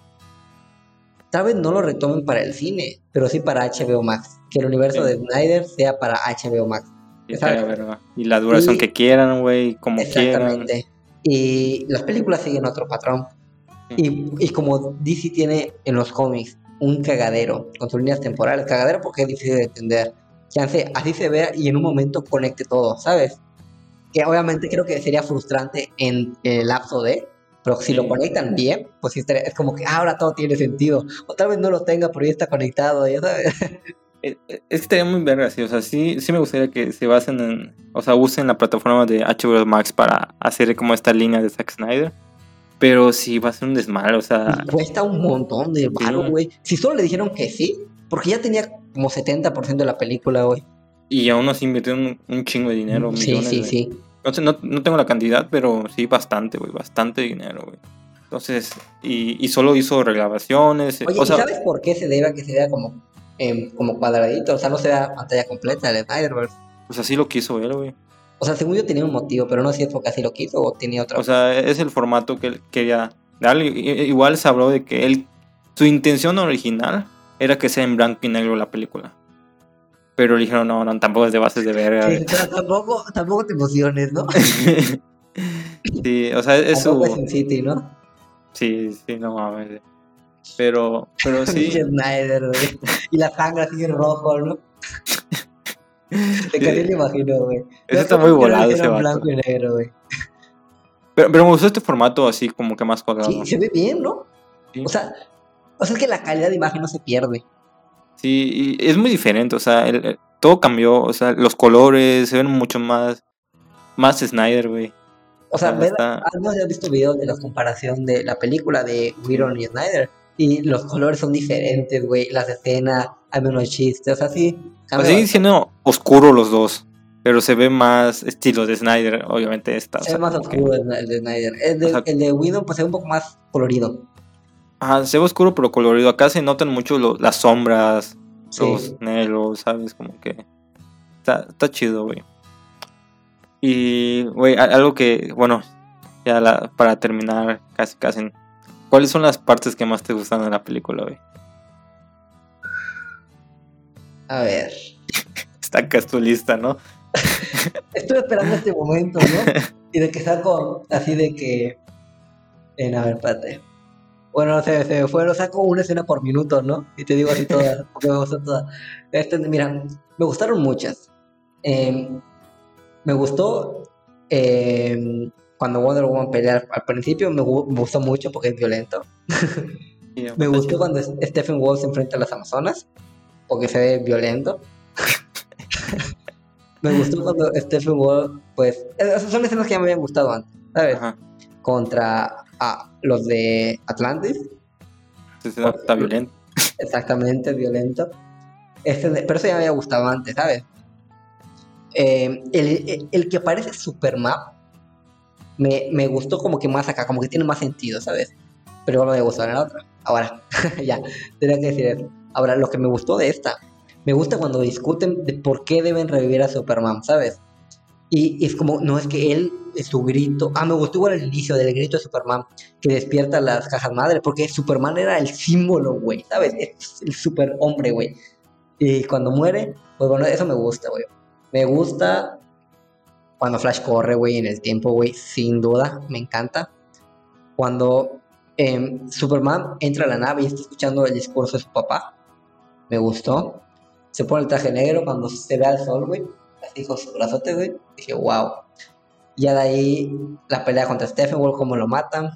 tal vez no lo retomen para el cine, pero sí para H B O Max, que el universo Sí. de Snyder sea para H B O Max. Sí, ¿Sabes? estaría verga. Y la duración Y- que quieran, güey, como quieran. Exactamente. Y las películas siguen otro patrón. Sí. Y, y como D C tiene en los cómics un cagadero con sus líneas temporales, cagadero porque es difícil de entender, chance así se vea y en un momento conecte todo, ¿sabes? Que obviamente creo que sería frustrante en el lapso de, pero si Sí. lo conectan bien, pues sí estaría- es como que ah, ahora todo tiene sentido. O tal vez no lo tenga, pero ya está conectado, ya sabes. Eh, eh, Es que estaría muy verga, sí, o sea, sí, sí me gustaría que se basen en, o sea, usen la plataforma de H B O Max para hacer como esta línea de Zack Snyder, pero sí va a ser un desmadre, o sea, Y cuesta un montón de varo, sí, güey. Si solo le dijeron que sí, porque ya tenía como setenta por ciento de la película, güey. y aún así invirtieron un, un chingo de dinero, Sí, millones, sí, güey. sí. No sé, no, no tengo la cantidad, pero sí bastante, güey, bastante dinero, güey. Entonces, y, y solo hizo regrabaciones, eh, Oye, o ¿y sea, sabes por qué se debe a que se vea como, em, como cuadradito? O sea, no se vea pantalla completa el Snyderverse. pues así lo quiso él, güey. O sea, según yo tenía un motivo, pero no sé si es porque así lo quiso o tenía otra. O sea, es el formato que él quería darle. I- i- Igual se habló de que él, su intención original era que sea en blanco y negro la película. Pero le dijeron, no, no, tampoco es de bases de verga. Sí, pero tampoco, tampoco te emociones, ¿no? Sí, o sea, es Tampoco es su... en City, ¿no? Sí, sí, no mames. Pero, pero sí. Pinche Snyder, güey. Y la sangre así en rojo, ¿no? De que así Sí. me imagino, güey. Ese No, está ¿cómo muy es que no lo volado ese hicieron vato. blanco y negro, güey? Pero, pero me gustó este formato así como que más colgado. Sí, se ve bien, ¿no? Sí. O sea, o sea, es que la calidad de imagen no se pierde. Sí, y es muy diferente, o sea, el- el- todo cambió, o sea, los colores se ven mucho más, más Snyder, güey. O O sea, sea, ve, está... ah, no has visto videos de la comparación de la película de Sí. Whedon y Snyder. Y los colores son diferentes, güey. Las escenas, hay menos chistes, o sea, sí. O sea, Cambia siguen bastante. siendo oscuros los dos, pero se ve más estilo de Snyder, obviamente esta. O Se ve sea, más como que- oscuro el, el de Snyder. El de, o sea, el de Whedon, pues se ve un poco más colorido. ajá, se ve oscuro pero colorido. Acá se notan mucho lo- las sombras, Sí. los negros, ¿sabes? Como que está, está chido, güey. Y, güey, a- algo que, bueno, ya la- para terminar, casi, casi. ¿Cuáles son las partes que más te gustan de la película, güey? A ver. Está acá es tu lista, ¿no? Estoy esperando este momento, ¿no? Y de que saco así de que. En, a ver, espérate. Bueno, se, se me fue, lo saco una escena por minuto, ¿no? Y te digo así todas, porque me gustan todas. Este, mira, me gustaron muchas. Eh, me gustó eh, cuando Wonder Woman pelea al principio, me, gu- me gustó mucho porque es violento. Sí, Me está gustó chido. cuando es- Stephen Wolf se enfrenta a las Amazonas, porque se ve violento. Me gustó cuando Stephen Wolf, pues, esas son escenas que ya me habían gustado antes, ¿sabes? Ajá. Contra ah, los de Atlantis. Sí, está, está violento. Exactamente, violento. Este, pero eso ya me había gustado antes, ¿sabes? Eh, el, el- el que aparece Superman, me, me gustó como que más acá, como que tiene más sentido, ¿sabes? Pero igual no me gustó en la otra. Ahora, ya, tenía que decir eso. Ahora, lo que me gustó de esta, me gusta cuando discuten de por qué deben revivir a Superman, ¿sabes? Y, y es como, no es que él, su grito, ah, me gustó igual el inicio del grito de Superman, que despierta las cajas madre, porque Superman era el símbolo, güey, ¿sabes? Es el superhombre, güey. Y cuando muere, pues bueno, eso me gusta, güey. Me gusta cuando Flash corre, güey, en el tiempo, güey, sin duda, me encanta. Cuando eh, Superman entra a la nave y está escuchando el discurso de su papá, me gustó. Se pone el traje negro cuando se ve al sol, güey, así con su brazote, güey. Dije, wow. Ya de ahí la pelea contra Steppenwolf, cómo lo matan.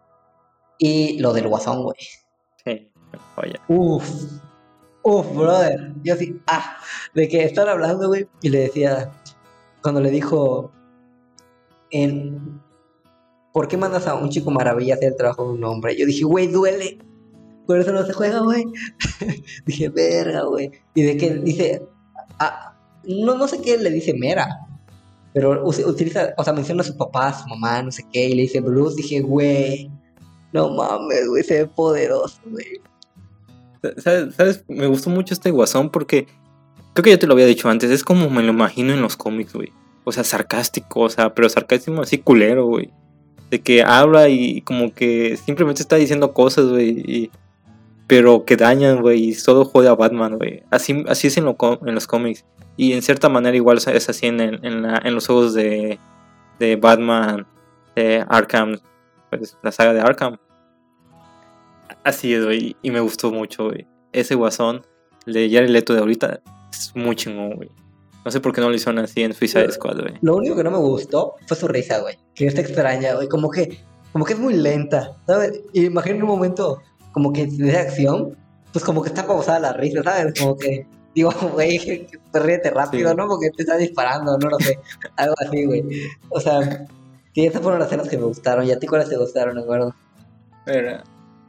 Y lo del Guasón, güey. Sí, oye. Uf, uf, brother. Yo así, ah, de que están hablando, güey, y le decía, cuando le dijo, en, ¿por qué mandas a un chico maravilla a hacer el trabajo de un hombre? Yo dije, güey, duele. Por eso no se juega, güey. Dije, verga, güey. Y de que dice, ah, no, no sé qué le dice Mera, pero utiliza, o sea, menciona a su papá, a su mamá, no sé qué, y le dice Bruce. Dije, güey, no mames, güey, se ve poderoso, güey. ¿Sabes? ¿Sabes? Me gustó mucho este Guasón porque creo que ya te lo había dicho antes, es como me lo imagino en los cómics, güey. O sea, sarcástico, o sea, pero sarcástico así culero, güey. De que habla y como que simplemente está diciendo cosas, güey, y pero que dañan, güey, y todo jode a Batman, güey. Así, así es en, lo, en los cómics. Y en cierta manera igual es así en, en, la, en los juegos de, de Batman, de Arkham, pues la saga de Arkham. Así es, güey, y me gustó mucho, güey. Ese Guasón, el de Jared Leto de ahorita, es muy chingón, güey. No sé por qué no lo hicieron así en Suicide Squad, güey. Lo único que no me gustó fue su risa, güey. Que está extraña, güey. Como que, como que es muy lenta, ¿sabes? Y imagino en un momento como que de acción, pues como que está pausada la risa, ¿sabes? Como que, digo, güey, ríete rápido, sí, ¿no? Porque te está disparando, no lo sé. Algo así, güey. O sea, sí, esas fueron las escenas que me gustaron. ¿Y a ti cuáles te gustaron, de acuerdo? Pero,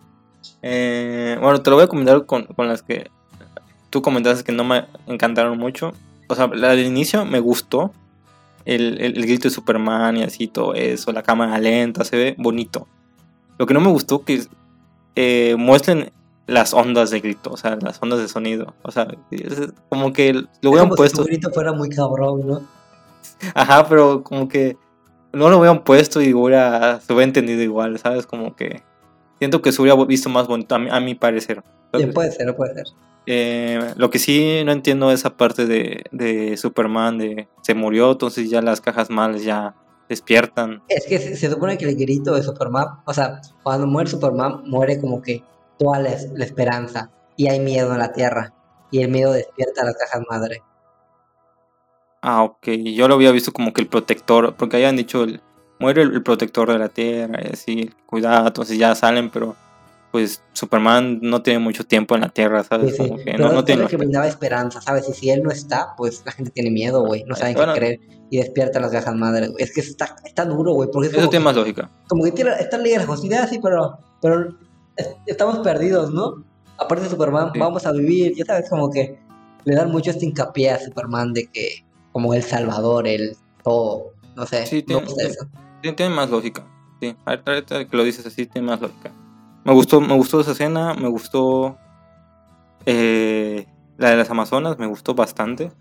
eh, bueno, te lo voy a comentar con, con las que tú comentaste que no me encantaron mucho. O sea, la del inicio me gustó. El, el, el grito de Superman y así todo eso. La cámara lenta, se ve bonito. Lo que no me gustó que eh, muestren las ondas de grito. O sea, las ondas de sonido. O sea, es como que lo hubieran puesto. Como si su grito fuera muy cabrón, ¿no? Ajá, pero como que no lo hubieran puesto y hubiera, se hubiera entendido igual, ¿sabes? Como que siento que se hubiera visto más bonito a mi, a mi parecer. Sí, puede ser, puede ser. Eh, lo que sí no entiendo es esa parte de, de Superman, de se murió, entonces ya las cajas malas ya despiertan. Es que se, se supone que el grito de Superman, o sea, cuando muere Superman, muere como que toda la, la esperanza y hay miedo en la Tierra y el miedo despierta a las cajas madre. Ah, ok, yo lo había visto como que el protector, porque habían dicho, el, muere el, el protector de la Tierra y así, cuidado, entonces ya salen, pero pues Superman no tiene mucho tiempo en la Tierra, ¿sabes? Sí, sí. Como que pero no, no tiene que brindaba esperanza, ¿sabes? Y si él no está, pues la gente tiene miedo, güey. No saben bueno, qué creer y despiertan las cajas madres, güey. Es que está, está duro, güey. Porque es eso como tiene que, más lógica. Como que tiene, está lejos, justicia sí, pero, pero estamos perdidos, ¿no? Aparte de Superman, sí, vamos a vivir, ya sabes, como que le dan mucho este hincapié a Superman de que, como el salvador, el todo, no sé. Sí, tiene, no tiene, tiene, tiene más lógica. Sí, ahorita que lo dices así, tiene más lógica. Me gustó, me gustó esa escena, me gustó eh, la de las Amazonas, me gustó bastante.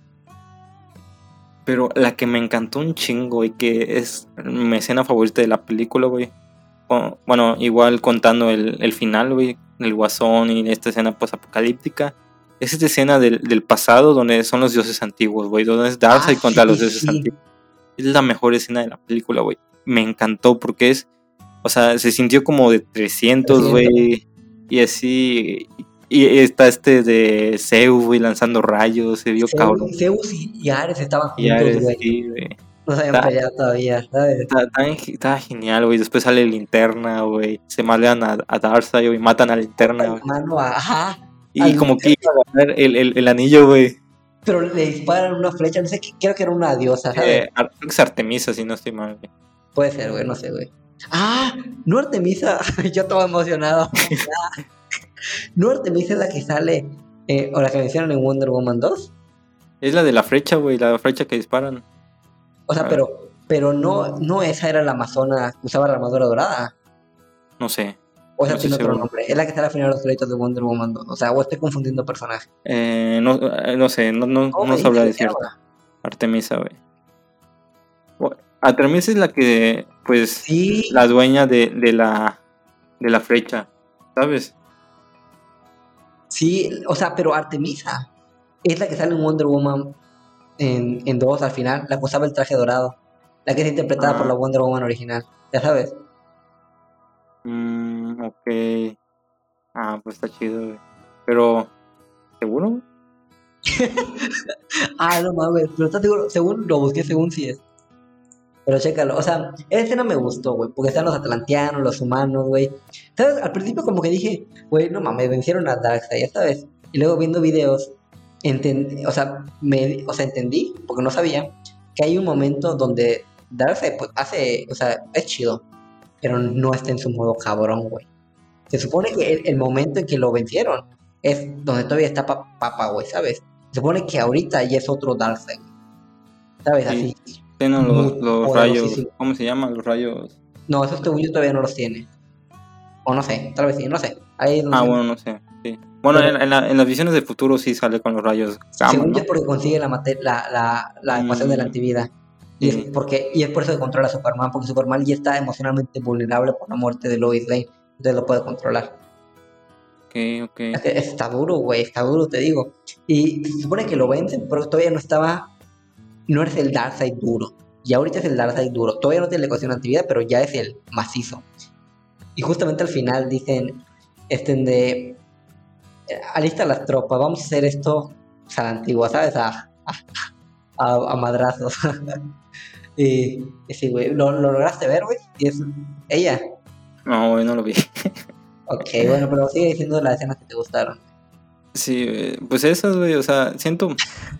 Pero la que me encantó un chingo y que es mi escena favorita de la película, güey. Bueno, igual contando el, el final, güey, el Guasón y esta escena post-apocalíptica. Es esta escena del, del pasado donde son los dioses antiguos, güey. Donde es Darkseid ah, contra sí, los dioses sí. antiguos. Es la mejor escena de la película, güey. Me encantó porque es... O sea, se sintió como de trescientos, güey. Y así... Y está este de Zeus, güey, lanzando rayos. Se vio Zeus, cabrón. Zeus y Ares estaban juntos, güey. Sí, no se habían peleado todavía, ¿sabes? Está, está, está genial, güey. Después sale Linterna, güey. Se malean a, a Darkseid, güey. Matan a Linterna, güey. Mano, ajá. Y como que iba a ganar el, el, el anillo, güey. Pero le disparan una flecha, no sé qué, creo que era una diosa, ¿sabes? Eh, creo que es Artemisa, si no estoy mal, güey. Puede ser, güey, no sé, güey. Ah, no Artemisa, yo estaba emocionado. No Artemisa es la que sale, eh, o la que mencionan en Wonder Woman dos. Es la de la flecha, güey, la flecha que disparan. O sea, pero Pero no, no esa era la amazona que usaba la armadura dorada. No sé. O esa No tiene estoy otro seguro. nombre. Es la que está al final de los créditos de Wonder Woman dos. O sea, o estoy confundiendo personajes. Eh, no, eh, no sé, no, no, ¿Cómo no me dices sabría que se decirte. llama? Artemisa, güey. Bu- Artemisa es la que, pues, Sí, la dueña de, de la de la flecha, ¿sabes? sí, o sea, pero Artemisa es la que sale en Wonder Woman en, en dos al final, la que usaba el traje dorado, la que es interpretada por la Ah, Wonder Woman original, ya sabes. mm, ok. Ah, pues está chido, güey. Pero, ¿seguro? Ah, no mames, pero estás seguro, según lo busqué, según sí es. Pero chécalo, o sea, esa escena me gustó, güey, porque están los atlanteanos, los humanos, güey. ¿Sabes? Al principio como que dije, güey, no mames, vencieron a Darkseid, ya sabes. Y luego viendo videos, entendí, o sea, me, o sea, entendí, porque no sabía, que hay un momento donde Darkseid, pues, hace, o sea, es chido, pero no está en su modo cabrón, güey. Se supone que el, el momento en que lo vencieron es donde todavía está pa- Papa, güey, ¿sabes? Se supone que ahorita ya es otro Darkseid, ¿sabes? Sí. Así, Tienen muy los, los rayos, poderosísimo. ¿cómo se llaman? Los rayos. No, esos según yo todavía no los tiene. O no sé, tal vez sí, no sé. Ahí no Ah, sé. bueno, no sé. Sí. Bueno, Pero en, en la- en las visiones de futuro sí sale con los rayos gamma, según yo ¿no? es porque consigue la, mate- la, la, la ecuación de la Mm, antivida. Y es, sí. porque, y es por eso que controla a Superman, porque Superman ya está emocionalmente vulnerable por la muerte de Lois Lane. Entonces lo puede controlar. Ok, ok. Es que está duro, güey, está duro, te digo. Y se supone que lo vencen, pero todavía no estaba, no es el Darkseid duro. Y ahorita es el Darkseid duro. Todavía no tiene la ecuación de antivida, pero ya es el macizo. Y justamente al final dicen, estén de, alista las tropas, vamos a hacer esto o sea, a la antigua, ¿sabes? A, a, a madrazos. y, y sí, güey, ¿lo, lo lograste ver, güey? Y es ella. No, güey, no lo vi. Ok, bueno, pero sigue diciendo las escenas que te gustaron. Sí, güey, pues esas, güey, o sea, siento.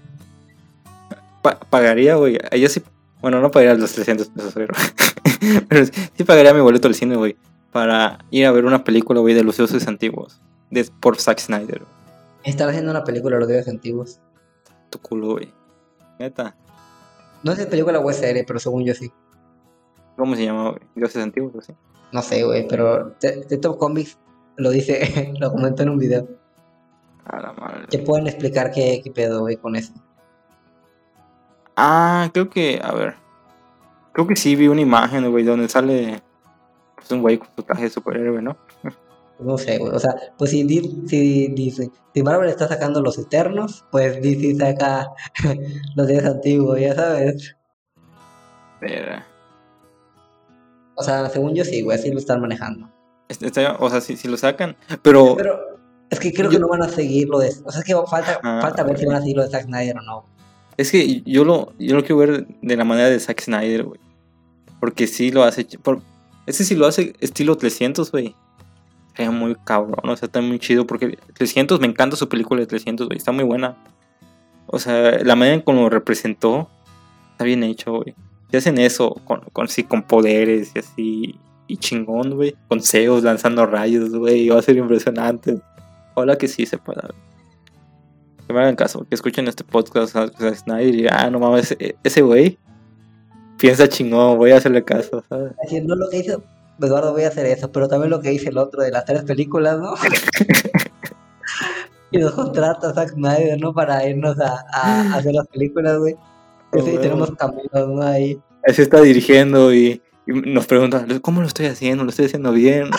pa- pagaría, güey. Yo sí. Bueno, no pagaría los trescientos pesos, pero. pero sí pagaría mi boleto al cine, güey. Para ir a ver una película, güey, de los dioses antiguos. De, por Zack Snyder. Están haciendo una película de los dioses antiguos. Tu culo, güey. Neta. No sé si es película o es serie, pero según yo sí. ¿Cómo se llama, güey? Dioses antiguos, ¿o sí? No sé, güey, pero Te- The Top Comics lo dice, lo comentó en un video. A la madre. Que pueden explicar qué, qué pedo, güey, con eso. Ah, creo que, a ver. Creo que sí vi una imagen, güey, donde sale pues, un güey con su traje de superhéroe, ¿no? No sé, güey. O sea, pues si, Di- si, dice, si Marvel está sacando los Eternos, pues D C saca los días antiguos, ya sabes. Pero, O sea, según yo sí, güey, así lo están manejando. este- este, o sea, si, si lo sacan. Pero. Pero es que creo que Yo, no van a seguir lo de... O sea, es que falta, ah, falta ver si güey. van a seguir lo de Zack Snyder o no. Es que yo lo, yo lo quiero ver de la manera de Zack Snyder, güey. Porque sí lo hace. ch- Por, ese sí lo hace estilo trescientos, güey. Sería muy cabrón, o sea, está muy chido. Porque trescientos, me encanta su película de trescientos, güey. Está muy buena. O sea, la manera en cómo lo representó está bien hecho, güey. Si hacen eso con, con, sí, con poderes y así. Y chingón, güey. Con Zeus lanzando rayos, güey. Va a ser impresionante. Ojalá que sí se pueda. Que me hagan caso, que escuchen este podcast a a Snyder y ah, no mames, ese- ese güey piensa chingón, voy a hacerle caso, ¿sabes? Haciendo lo que hizo Eduardo, voy a hacer eso, pero también lo que hice el otro de las tres películas, ¿no? Y nos contrata Zack Snyder, ¿no? Para irnos a, a, a hacer las películas, güey. Y Oh, sí, tenemos huevo. caminos, ¿no? Ahí. Él se está dirigiendo y, y nos pregunta, ¿cómo lo estoy haciendo? ¿Lo estoy haciendo bien?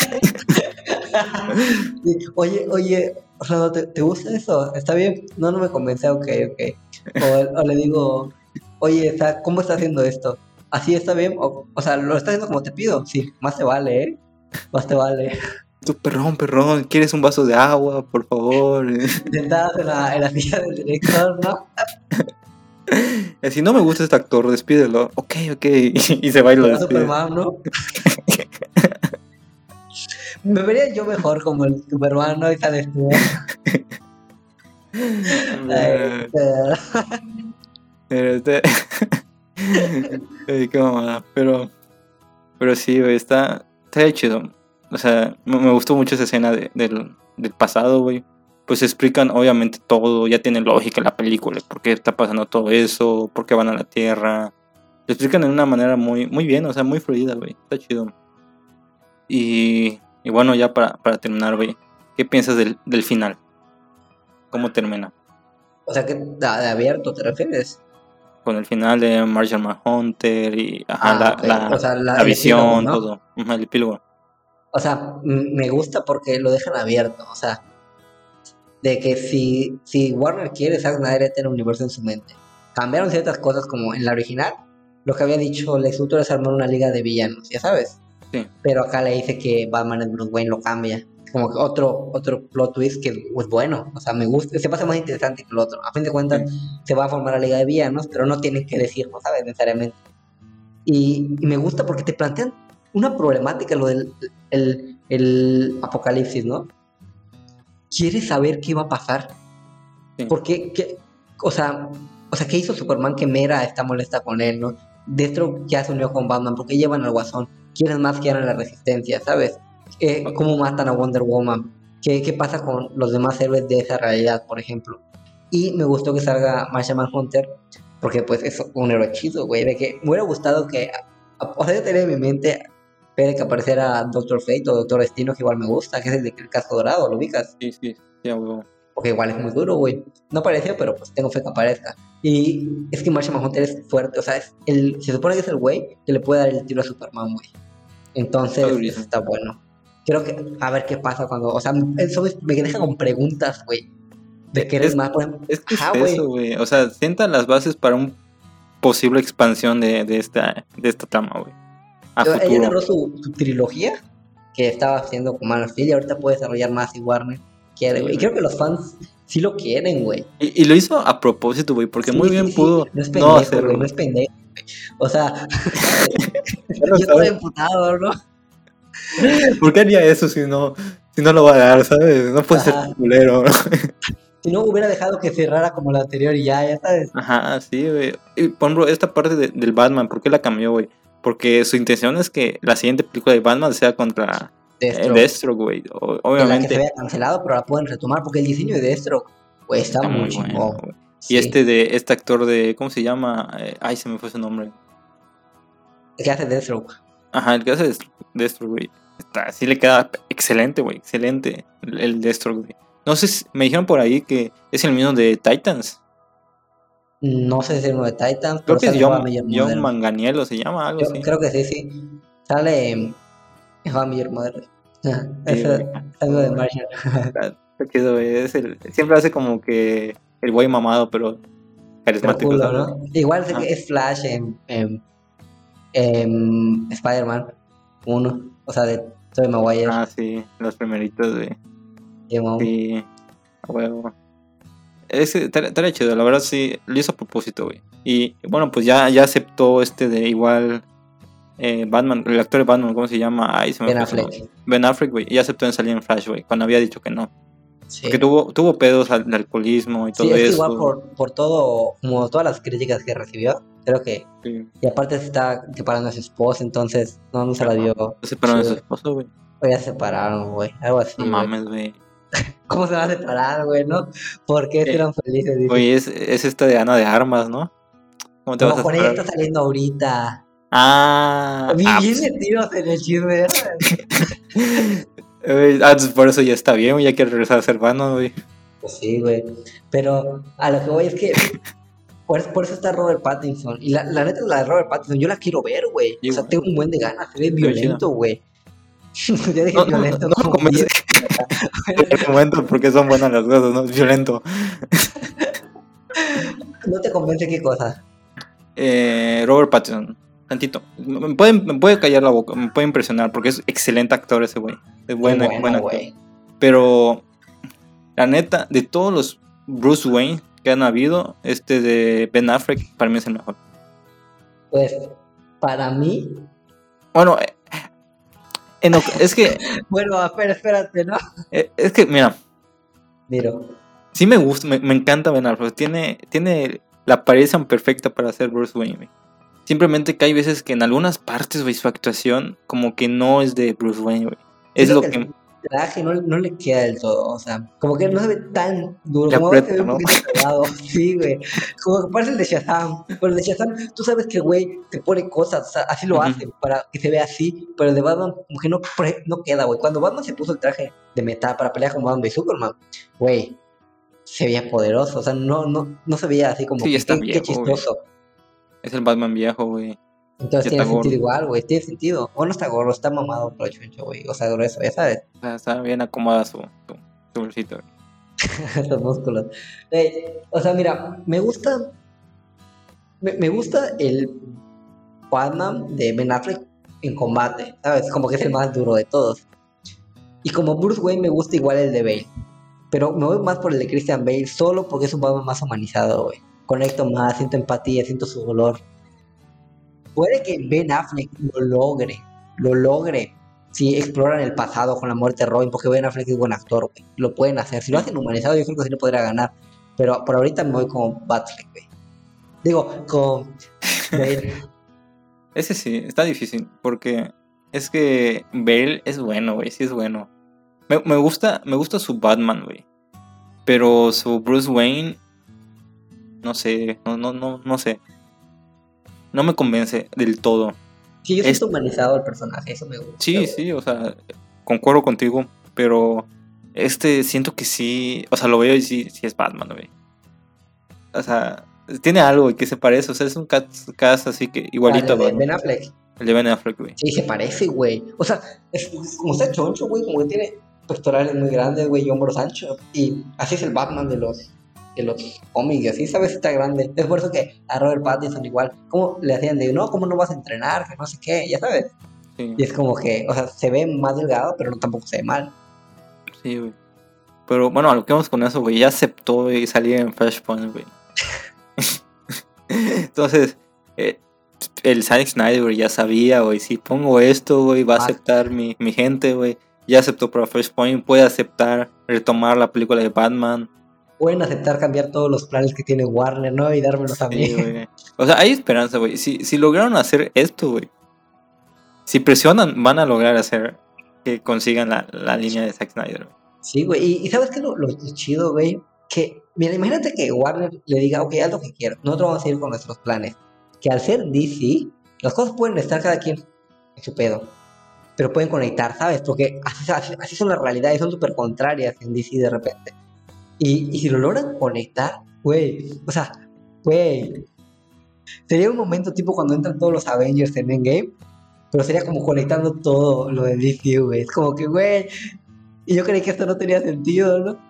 Sí, Oye, oye, Orlando, ¿te, te gusta eso? ¿Está bien? No, no me convence, ok, ok. O, o le digo, oye, Zack, ¿cómo está haciendo esto? ¿Así está bien? O, o sea, ¿lo está haciendo como te pido? Sí, más te vale, ¿eh? Más te vale. Tú, perrón, perrón, ¿quieres un vaso de agua, por favor? Sentadas en la, en la silla del director, ¿no? Y si no me gusta este actor, despídelo. Ok, ok. Y se va y lo Era despide. Superman, ¿no? Me vería yo mejor como el Superman, ¿no? Y sales tú. Ay, Eh, pero- pero este- Ay, qué mamada. Pero, pero sí, güey, está, está chido. O sea, me, me gustó mucho esa escena de- del, del pasado, güey. Pues explican obviamente todo, ya tiene lógica la película, por qué está pasando todo eso, por qué van a la Tierra. Lo explican de una manera muy, muy bien, o sea, muy fluida, güey. Está chido. Y, y bueno, ya para, para terminar, güey, ¿qué piensas del, del final? ¿Cómo termina? O sea, que de, de abierto, ¿te refieres? Con el final de Martian Manhunter y ajá, Ah, la, ok. la, O sea, la, la el epílogo, visión, ¿no? todo. Ujú, el epílogo. O sea, m- me gusta porque lo dejan abierto. O sea, de que si, si Warner quiere, Zack Snyder tiene un universo en su mente. Cambiaron ciertas cosas como en la original, lo que había dicho Lex Luthor es armar una liga de villanos, ya sabes. Sí. Pero acá le dice que Batman es Bruce Wayne, lo cambia. Es como que otro, otro plot twist que es bueno. O sea, me gusta, se pasa más interesante que el otro. A fin de cuentas, Sí. se va a formar la liga de villanos, pero no tienen que decirlo, ¿sabes? Necesariamente. Y, y me gusta porque te plantean una problemática, lo del el, el apocalipsis, ¿no? ¿Quieres saber qué va a pasar? Sí. Porque, ¿qué, o sea, o sea, ¿qué hizo Superman que Mera está molesta con él, no? Destro ya se unió con Batman, ¿por qué llevan al Guasón? ¿Quiénes más quieren la resistencia, sabes? Eh, ¿Cómo matan a Wonder Woman? ¿Qué, ¿Qué pasa con los demás héroes de esa realidad, por ejemplo? Y me gustó que salga Martian Manhunter, porque pues es un héroe chido, güey, de que me hubiera gustado que, o sea, yo tenía en mi mente ver que apareciera Doctor Fate o Doctor Destino, que igual me gusta, que es el de el casco dorado, ¿lo ubicas? Sí, sí, sí, huevo. Porque igual es muy duro, güey. No pareció, pero pues tengo fe que aparezca. Y es que Martian Manhunter es fuerte, o sea, es el, se supone que es el güey que le puede dar el tiro a Superman, güey. Entonces, Está eso durísimo. está bueno. Creo que, a ver qué pasa cuando, o sea, eso me, me deja con preguntas, güey. De querer Es, más, por ejemplo. es que es Ajá, eso, güey. güey. O sea, sientan las bases para una posible expansión de, de, esta, de esta trama, güey. A Ella futuro. narró su, su trilogía que estaba haciendo con Man of Steel y ahorita puede desarrollar más y Warner quiere, Sí, güey. Y güey. creo que los fans sí lo quieren, güey. Y, y lo hizo a propósito, güey, porque Sí, muy sí, bien sí. pudo No es no pendejo, hacerlo, güey, no güey. es pendejo. O sea, ¿sabes? Ya lo Yo estaba sabes. emputado, ¿no? ¿Por qué haría eso si no, si no lo va a dar, sabes? No puede ser Ajá. culero, ¿no? Si no hubiera dejado que cerrara como la anterior y ya, ya sabes. Ajá, sí, güey. Y, por ejemplo, esta parte de- del Batman, ¿por qué la cambió, güey? Porque su intención es que la siguiente película de Batman sea contra eh, Deathstroke. Deathstroke, güey. O- En la que se obviamente había cancelado, pero la pueden retomar porque el diseño de Deathstroke, güey, está, está muy muy bueno, chingón. güey. Y Sí. este de este actor de, ¿cómo se llama? Eh, ay, se me fue su nombre. ¿Qué hace Deathstroke? Ajá, el que hace Deathstroke, Deathstroke, güey. Está, sí le queda excelente, güey. Excelente el, el Deathstroke, güey. No sé si me dijeron por ahí que es el mismo de Titans. No sé si es uno de Titans, Creo pero que es sale John, Juan Miller John Modern. Manganiello, se llama algo Yo así. creo que sí, sí. Sale em, Juan Miller Modern. Sí, güey. Ese es algo de Martian. Está, está chido, güey. Es el, siempre hace como que el güey mamado, pero Pero carismático, culo, ¿sabes? ¿no? Igual sé Ajá. que es Flash en, en, en Spider-Man uno. O sea, de Tobey Maguire. Ah, sí, los primeritos, güey. Llamó. Sí, a huevo. Ese estaría estaría chido, la verdad sí, lo hizo a propósito, güey. Y bueno, pues ya, ya aceptó este de igual eh, Batman, el actor de Batman, ¿cómo se llama? Ay, se me Ben fue su Affleck. nombre. Ben Affleck, güey. Ya aceptó en salir en Flash, güey, cuando había dicho que no. Sí. Porque tuvo, tuvo pedos al, de alcoholismo y Sí, todo es que eso. igual por, por todo, como todas las críticas que recibió, creo que. Sí. Y aparte se está separando a su esposa, entonces no, no se la dio. Se separaron de su chido. esposo, güey. O ya se separaron, güey. Algo así, No güey. mames, güey. ¿Cómo se va a separar, güey, no? ¿Por qué si Eh, eran felices? Dice. Güey, es, es esta de Ana de Armas, ¿no? ¿Cómo te No, vas a con ella separar? está saliendo ahorita. Ah, Bien, ah, bien pues, metidos en el chisme, ¿sabes? eh, ah, pues por eso ya está bien, güey, ya quiere regresar a ser Batman, güey. Pues sí, güey. Pero a lo que voy es que por, por eso está Robert Pattinson. Y la, la neta, la de Robert Pattinson, yo la quiero ver, güey. O sea, Igual, tengo un buen de ganas. Se ve se ve violento, güey. ya dije No, no, violento no me como convence diez. el argumento porque son buenas las cosas, ¿no? Es violento. ¿No te convence qué cosa? Eh, Robert Pattinson, tantito. Me puede, me puede callar la boca, me puede impresionar porque es excelente actor ese güey. Es buen, Qué buen bueno, actor. güey. Pero, la neta, de todos los Bruce Wayne que han habido, este de Ben Affleck para mí es el mejor. Pues, para mí. Bueno, eh, en oc- es que, Bueno, espera, espérate, ¿no? eh, es que, mira, Miro. sí me gusta, me, me encanta Ben Affleck. Tiene, tiene la apariencia perfecta para ser Bruce Wayne, güey. Simplemente que hay veces que en algunas partes, güey, su actuación como que no es de Bruce Wayne, güey. Es Siento lo que que... traje no, no le queda del todo, o sea, como que no se ve tan duro, Le como ahora se ve aprieta, un ¿no? poquito pegado, sí, güey, como que parece el de Shazam, pero el de Shazam, tú sabes que, güey, te pone cosas, o sea, así lo Ujú. hace, para que se vea así, pero el de Batman, como que no, pre- no queda, güey, cuando Batman se puso el traje de metal para pelear con Batman y Superman, güey, se veía poderoso, o sea, no, no, no se veía así como Sí, ya que, está qué, qué viejo, güey. chistoso, Es el Batman viejo, güey. entonces Ya está tiene sentido gordo. igual, güey, tiene sentido, o no está gordo, está mamado, pero chuncho, güey, o sea, grueso, ya sabes. O sea, está bien acomodado su, su, su bolsito, güey. Los músculos. Eh, o sea, mira, me gusta, me, me gusta el Batman de Ben Affleck en combate, ¿sabes? Como que es el más duro de todos. Y como Bruce Wayne me gusta igual el de Bale. Pero me voy más por el de Christian Bale solo porque es un Batman más humanizado, güey. Conecto más, siento empatía, siento su dolor. Puede que Ben Affleck lo logre, lo logre si exploran el pasado con la muerte de Robin, porque Ben Affleck es buen actor, güey. Lo pueden hacer. Si lo Sí. hacen humanizado, yo creo que sí le podría ganar. Pero por ahorita me voy con Batfleck, güey. Digo, con Bale. Ese sí, está difícil. Porque es que Bale es bueno, güey. Sí es bueno. Me, me gusta, me gusta su Batman, güey. Pero su Bruce Wayne, no sé, no, no, no, no sé. No me convence del todo. Sí, yo Es, siento humanizado el personaje, eso me gusta, sí, güey. sí, o sea, concuerdo contigo. Pero este siento que sí. O sea, lo veo y sí, sí es Batman, güey. O sea, tiene algo que se parece. O sea, es un cast, cast así que igualito a Vale, de Batman. Ben Affleck. El de Ben Affleck, güey. Sí, se parece, güey. O sea, es, es como está choncho, güey, como que tiene pectorales muy grandes, güey, y hombros anchos. Y así es el Batman de los, de los cómics, y así, ¿sabes? Está grande. Es por eso que a Robert Pattinson igual, ¿cómo le hacían de, no, cómo no vas a entrenar? Que no sé qué, ya sabes. Sí, Y es como que, o sea, se ve más delgado, pero no tampoco se ve mal. sí, güey. Pero bueno, a lo que vamos con eso, güey. Ya aceptó y salir en Flashpoint, güey. Entonces, eh, el Zack Snyder, güey, ya sabía, güey. Si pongo esto, güey, va a Más, aceptar mi, mi gente, güey. Ya aceptó para Flashpoint. Puede aceptar retomar la película de Batman. pueden aceptar cambiar todos los planes que tiene Warner, ¿no? Y dármelos a mí. Sí, güey. O sea, hay esperanza, güey. Si, si lograron hacer esto, güey. Si presionan, van a lograr hacer que consigan la, la línea de Zack Snyder, güey. Sí, güey. Y, y ¿sabes qué es lo, lo chido, güey? Que, mira, imagínate que Warner le diga, ok, haz lo que quieras, nosotros vamos a ir con nuestros planes. Que al ser D C, las cosas pueden estar cada quien en su pedo, pero pueden conectar, ¿sabes? Porque así, así, así son las realidades, son súper contrarias en D C de repente. Y, y si lo logran conectar, güey, o sea, güey, sería un momento tipo cuando entran todos los Avengers en Endgame, pero sería como conectando todo lo de D C, güey. Es como que, güey, y yo creí que esto no tenía sentido, ¿no?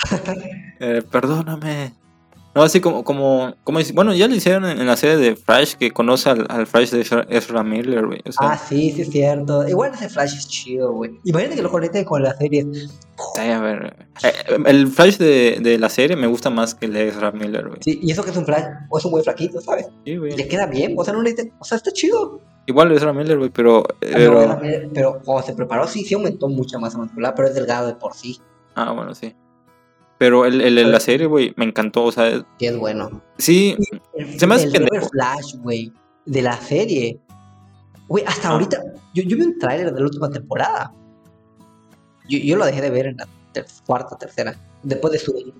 Eh, perdóname. No, así como, como, como, dice- bueno, ya lo hicieron en, en la serie de Flash, que conoce al, al Flash de Ezra Ezra Miller, güey. O Ah, sea, sí, sí es cierto. Igual ese Flash es chido, güey. Imagínate que lo conecten con la serie. ay, a ver. eh, el Flash de, de la serie me gusta más que el de Ezra Miller, güey. Sí, y eso que es un Flash, o es un güey flaquito, ¿sabes? Sí, Y güey. le queda bien, o sea, no necesita, o sea, está chido. Igual Ezra Miller, güey, pero, Ah, no, es pero, Ramírez, pero cuando se preparó, sí, sí aumentó mucha masa muscular, pero es delgado de por sí. ah, bueno, sí. Pero el, el de la serie, güey, me encantó, o sea, Sí, es bueno. sí, El, se me hace el River pendejo. Flash, güey, de la serie. Güey, hasta Ah, ahorita, yo, yo vi un tráiler de la última temporada. Yo, yo lo dejé de ver en la ter- cuarta, tercera, después de su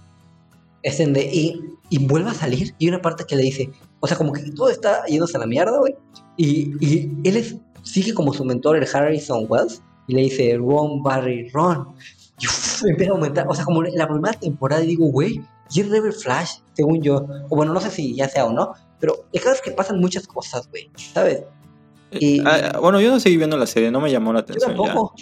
es en de, y, y vuelve a salir y hay una parte que le dice, o sea, como que todo está yéndose a la mierda, güey. Y, y él es, sigue como su mentor, el Harrison Wells, y le dice, Ron, Barry, Ron. Y uf, empieza a aumentar, o sea, como la primera temporada, y digo, güey, y es Rebel Flash, según yo. O bueno, no sé si ya sea o no, pero el caso es que pasan muchas cosas, güey, ¿sabes? eh, Y ah, bueno, yo no seguí viendo la serie, no me llamó la yo atención ya. tampoco,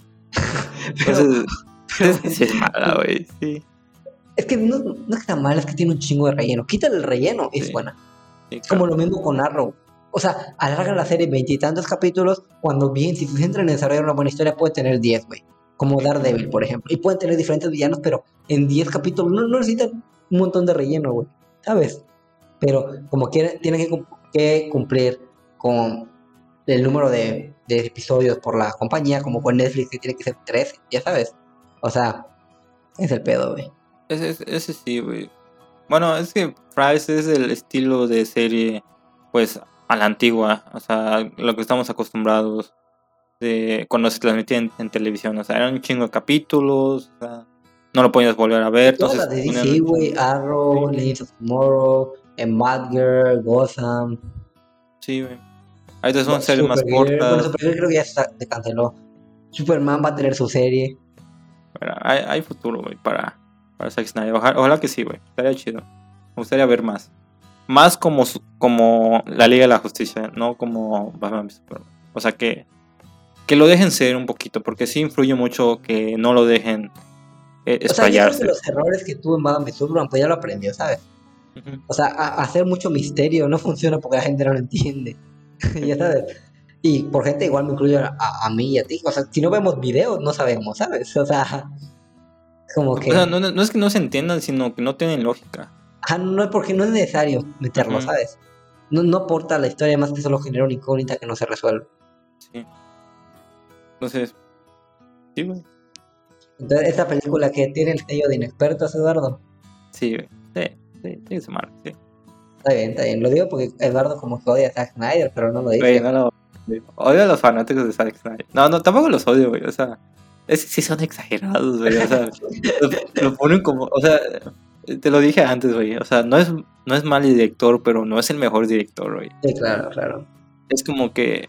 pero, Entonces, pero es que sí es mala, güey, sí, es que no, no es que está mal, es que tiene un chingo de relleno. Quítale el relleno, es sí, buena. sí, Es como claro. lo mismo con Arrow. O sea, alargan la serie veintitantos capítulos, cuando bien, si se centran en desarrollar una buena historia, puede tener diez, güey. Como Daredevil, por ejemplo. Y pueden tener diferentes villanos, pero en diez capítulos no, no necesitan un montón de relleno, güey. ¿Sabes? Pero como quieren, tienen que, cum- que cumplir con el número de, de episodios por la compañía, como con Netflix, que tiene que ser trece, ya sabes. O sea, es el pedo, güey. Ese, ese, ese sí, güey. Bueno, es que Price es el estilo de serie, pues, a la antigua, o sea, lo que estamos acostumbrados. de cuando se transmitía en, en televisión. O sea, eran un chingo de capítulos. O sea, no lo podías volver a ver. Todas Entonces, las de ponían D C, un güey, chingo. Arrow, Sí, Legends of Tomorrow, en Batgirl, Gotham, sí, güey. Ahorita son series más Supergirl. Bueno, cortas. Supergirl creo que ya se se canceló. Superman va a tener su serie. Pero hay, hay futuro, güey, para, para Zack Snyder. Ojalá, ojalá que sí, güey. Estaría chido. Me gustaría ver más. Más como, su- como la Liga de la Justicia, no como Batman v Superman. O sea, que, que lo dejen ser un poquito, porque sí influye mucho que no lo dejen eh, O sea, yo creo que explayarse. los errores que tuvo en Batman v Superman, pues ya lo aprendió, ¿sabes? Ujú. O sea, a- hacer mucho misterio no funciona porque la gente no lo entiende. Sí. Ya sabes. Y por gente igual me incluyo a, a mí y a ti. O sea, si no vemos videos, no sabemos, ¿sabes? O sea, como O sea, que. no, no no es que no se entiendan, sino que no tienen lógica. Ah, no es porque no es necesario meterlo, Ujú. ¿sabes? No, no aporta a la historia más que solo genera una incógnita que no se resuelve. Sí. Entonces, sí, güey. Entonces, esta película que tiene el sello de inexpertos, Eduardo. Sí, güey. Sí, sí, sí, es malo, sí. Está bien, está bien. Lo digo porque Eduardo como que odia a Zack Snyder, pero no lo Güey, dice. no lo odio a los fanáticos de Zack Snyder. No, no, tampoco los odio, güey. O sea, es que sí son exagerados, güey. O sea, lo, lo ponen como, o sea, te lo dije antes, güey. O sea, no es, no es mal director, pero no es el mejor director, güey. Sí, claro, claro. Es como que,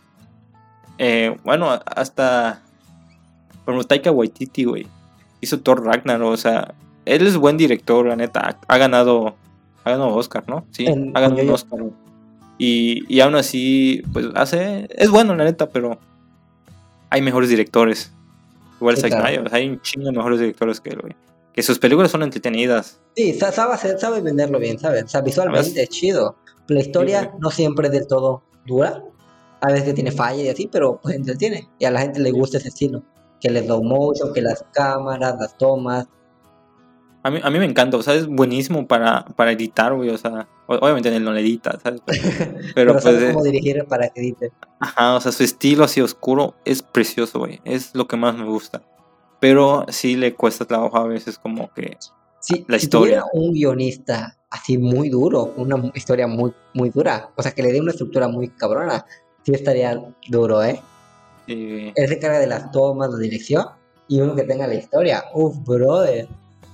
eh, bueno, hasta, por ejemplo, Taika Waititi, güey, hizo Thor Ragnarok. O sea, él es buen director, la neta. Ha, ha ganado, ha ganado Oscar, ¿no? Sí, En, ha con ganado un Yo-Yo. Oscar, güey. Y, y aún así, pues hace. Es bueno, la neta, pero hay mejores directores. Igual Sí, Zack claro. Snyder, o sea, hay un chingo de mejores directores que él, güey. Que sus películas son entretenidas. Sí, sa- sabe, hacer- sabe venderlo bien, ¿sabes? O sea, visualmente Además, es chido. La sí, güey. historia no siempre es del todo dura. A veces que tiene falla y así, pero pues entretiene. Y a la gente le gusta ese estilo. Que el slow motion, que las cámaras, las tomas. A mí, a mí me encanta, o sea, es buenísimo para, para editar, güey. O sea, o- obviamente él no le edita, ¿sabes? Pero, pero Pero pues, sabe eh, cómo dirigir para que edite. ajá, o sea, su estilo así oscuro es precioso, güey. Es lo que más me gusta. Pero sí le cuesta trabajo a veces como que Si, la si tuviera historia. un guionista así muy duro, una mu- historia muy, muy dura, o sea, que le dé una estructura muy cabrona, sí estaría duro, ¿eh? Y Él se encarga de las tomas, la dirección, y uno que tenga la historia. Uf, brother.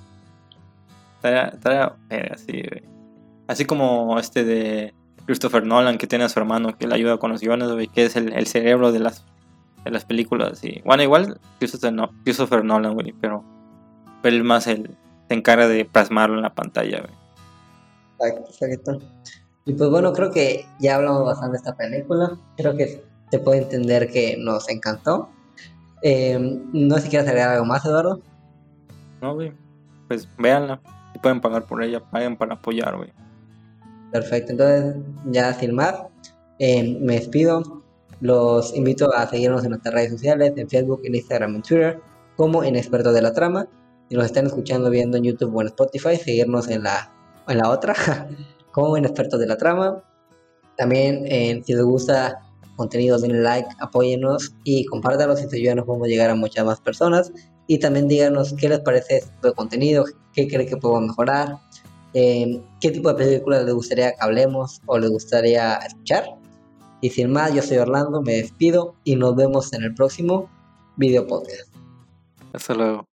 estaría, estaría verga, sí, güey. Así como este de Christopher Nolan, que tiene a su hermano que le ayuda con los guiones, güey, que es el, el cerebro de las, de las películas. Y, bueno, igual Christopher, no, Christopher Nolan, güey, pero, pero él más el, se encarga de plasmarlo en la pantalla, güey. Exacto, exacto. Y pues bueno, creo que ya hablamos bastante de esta película. Creo que se puede entender que nos encantó. Eh, no sé si quieres agregar algo más, Eduardo. No, güey, pues véanla. Si pueden pagar por ella, paguen para apoyar, güey. Perfecto, entonces ya sin más, eh, me despido. Los invito a seguirnos en nuestras redes sociales, en Facebook, en Instagram, en Twitter, como en Expertos de la Trama. Si nos están escuchando, viendo en YouTube o en Spotify, seguirnos en la, en la otra, como en Expertos de la Trama. También, eh, si les gusta contenido, denle like, apóyennos y compártanlo. Si te ayuda, nos podemos llegar a muchas más personas. Y también díganos qué les parece este tipo de contenido, qué creen que podemos mejorar, eh, qué tipo de películas les gustaría que hablemos o les gustaría escuchar. Y sin más, yo soy Orlando, me despido y nos vemos en el próximo video podcast. Hasta luego.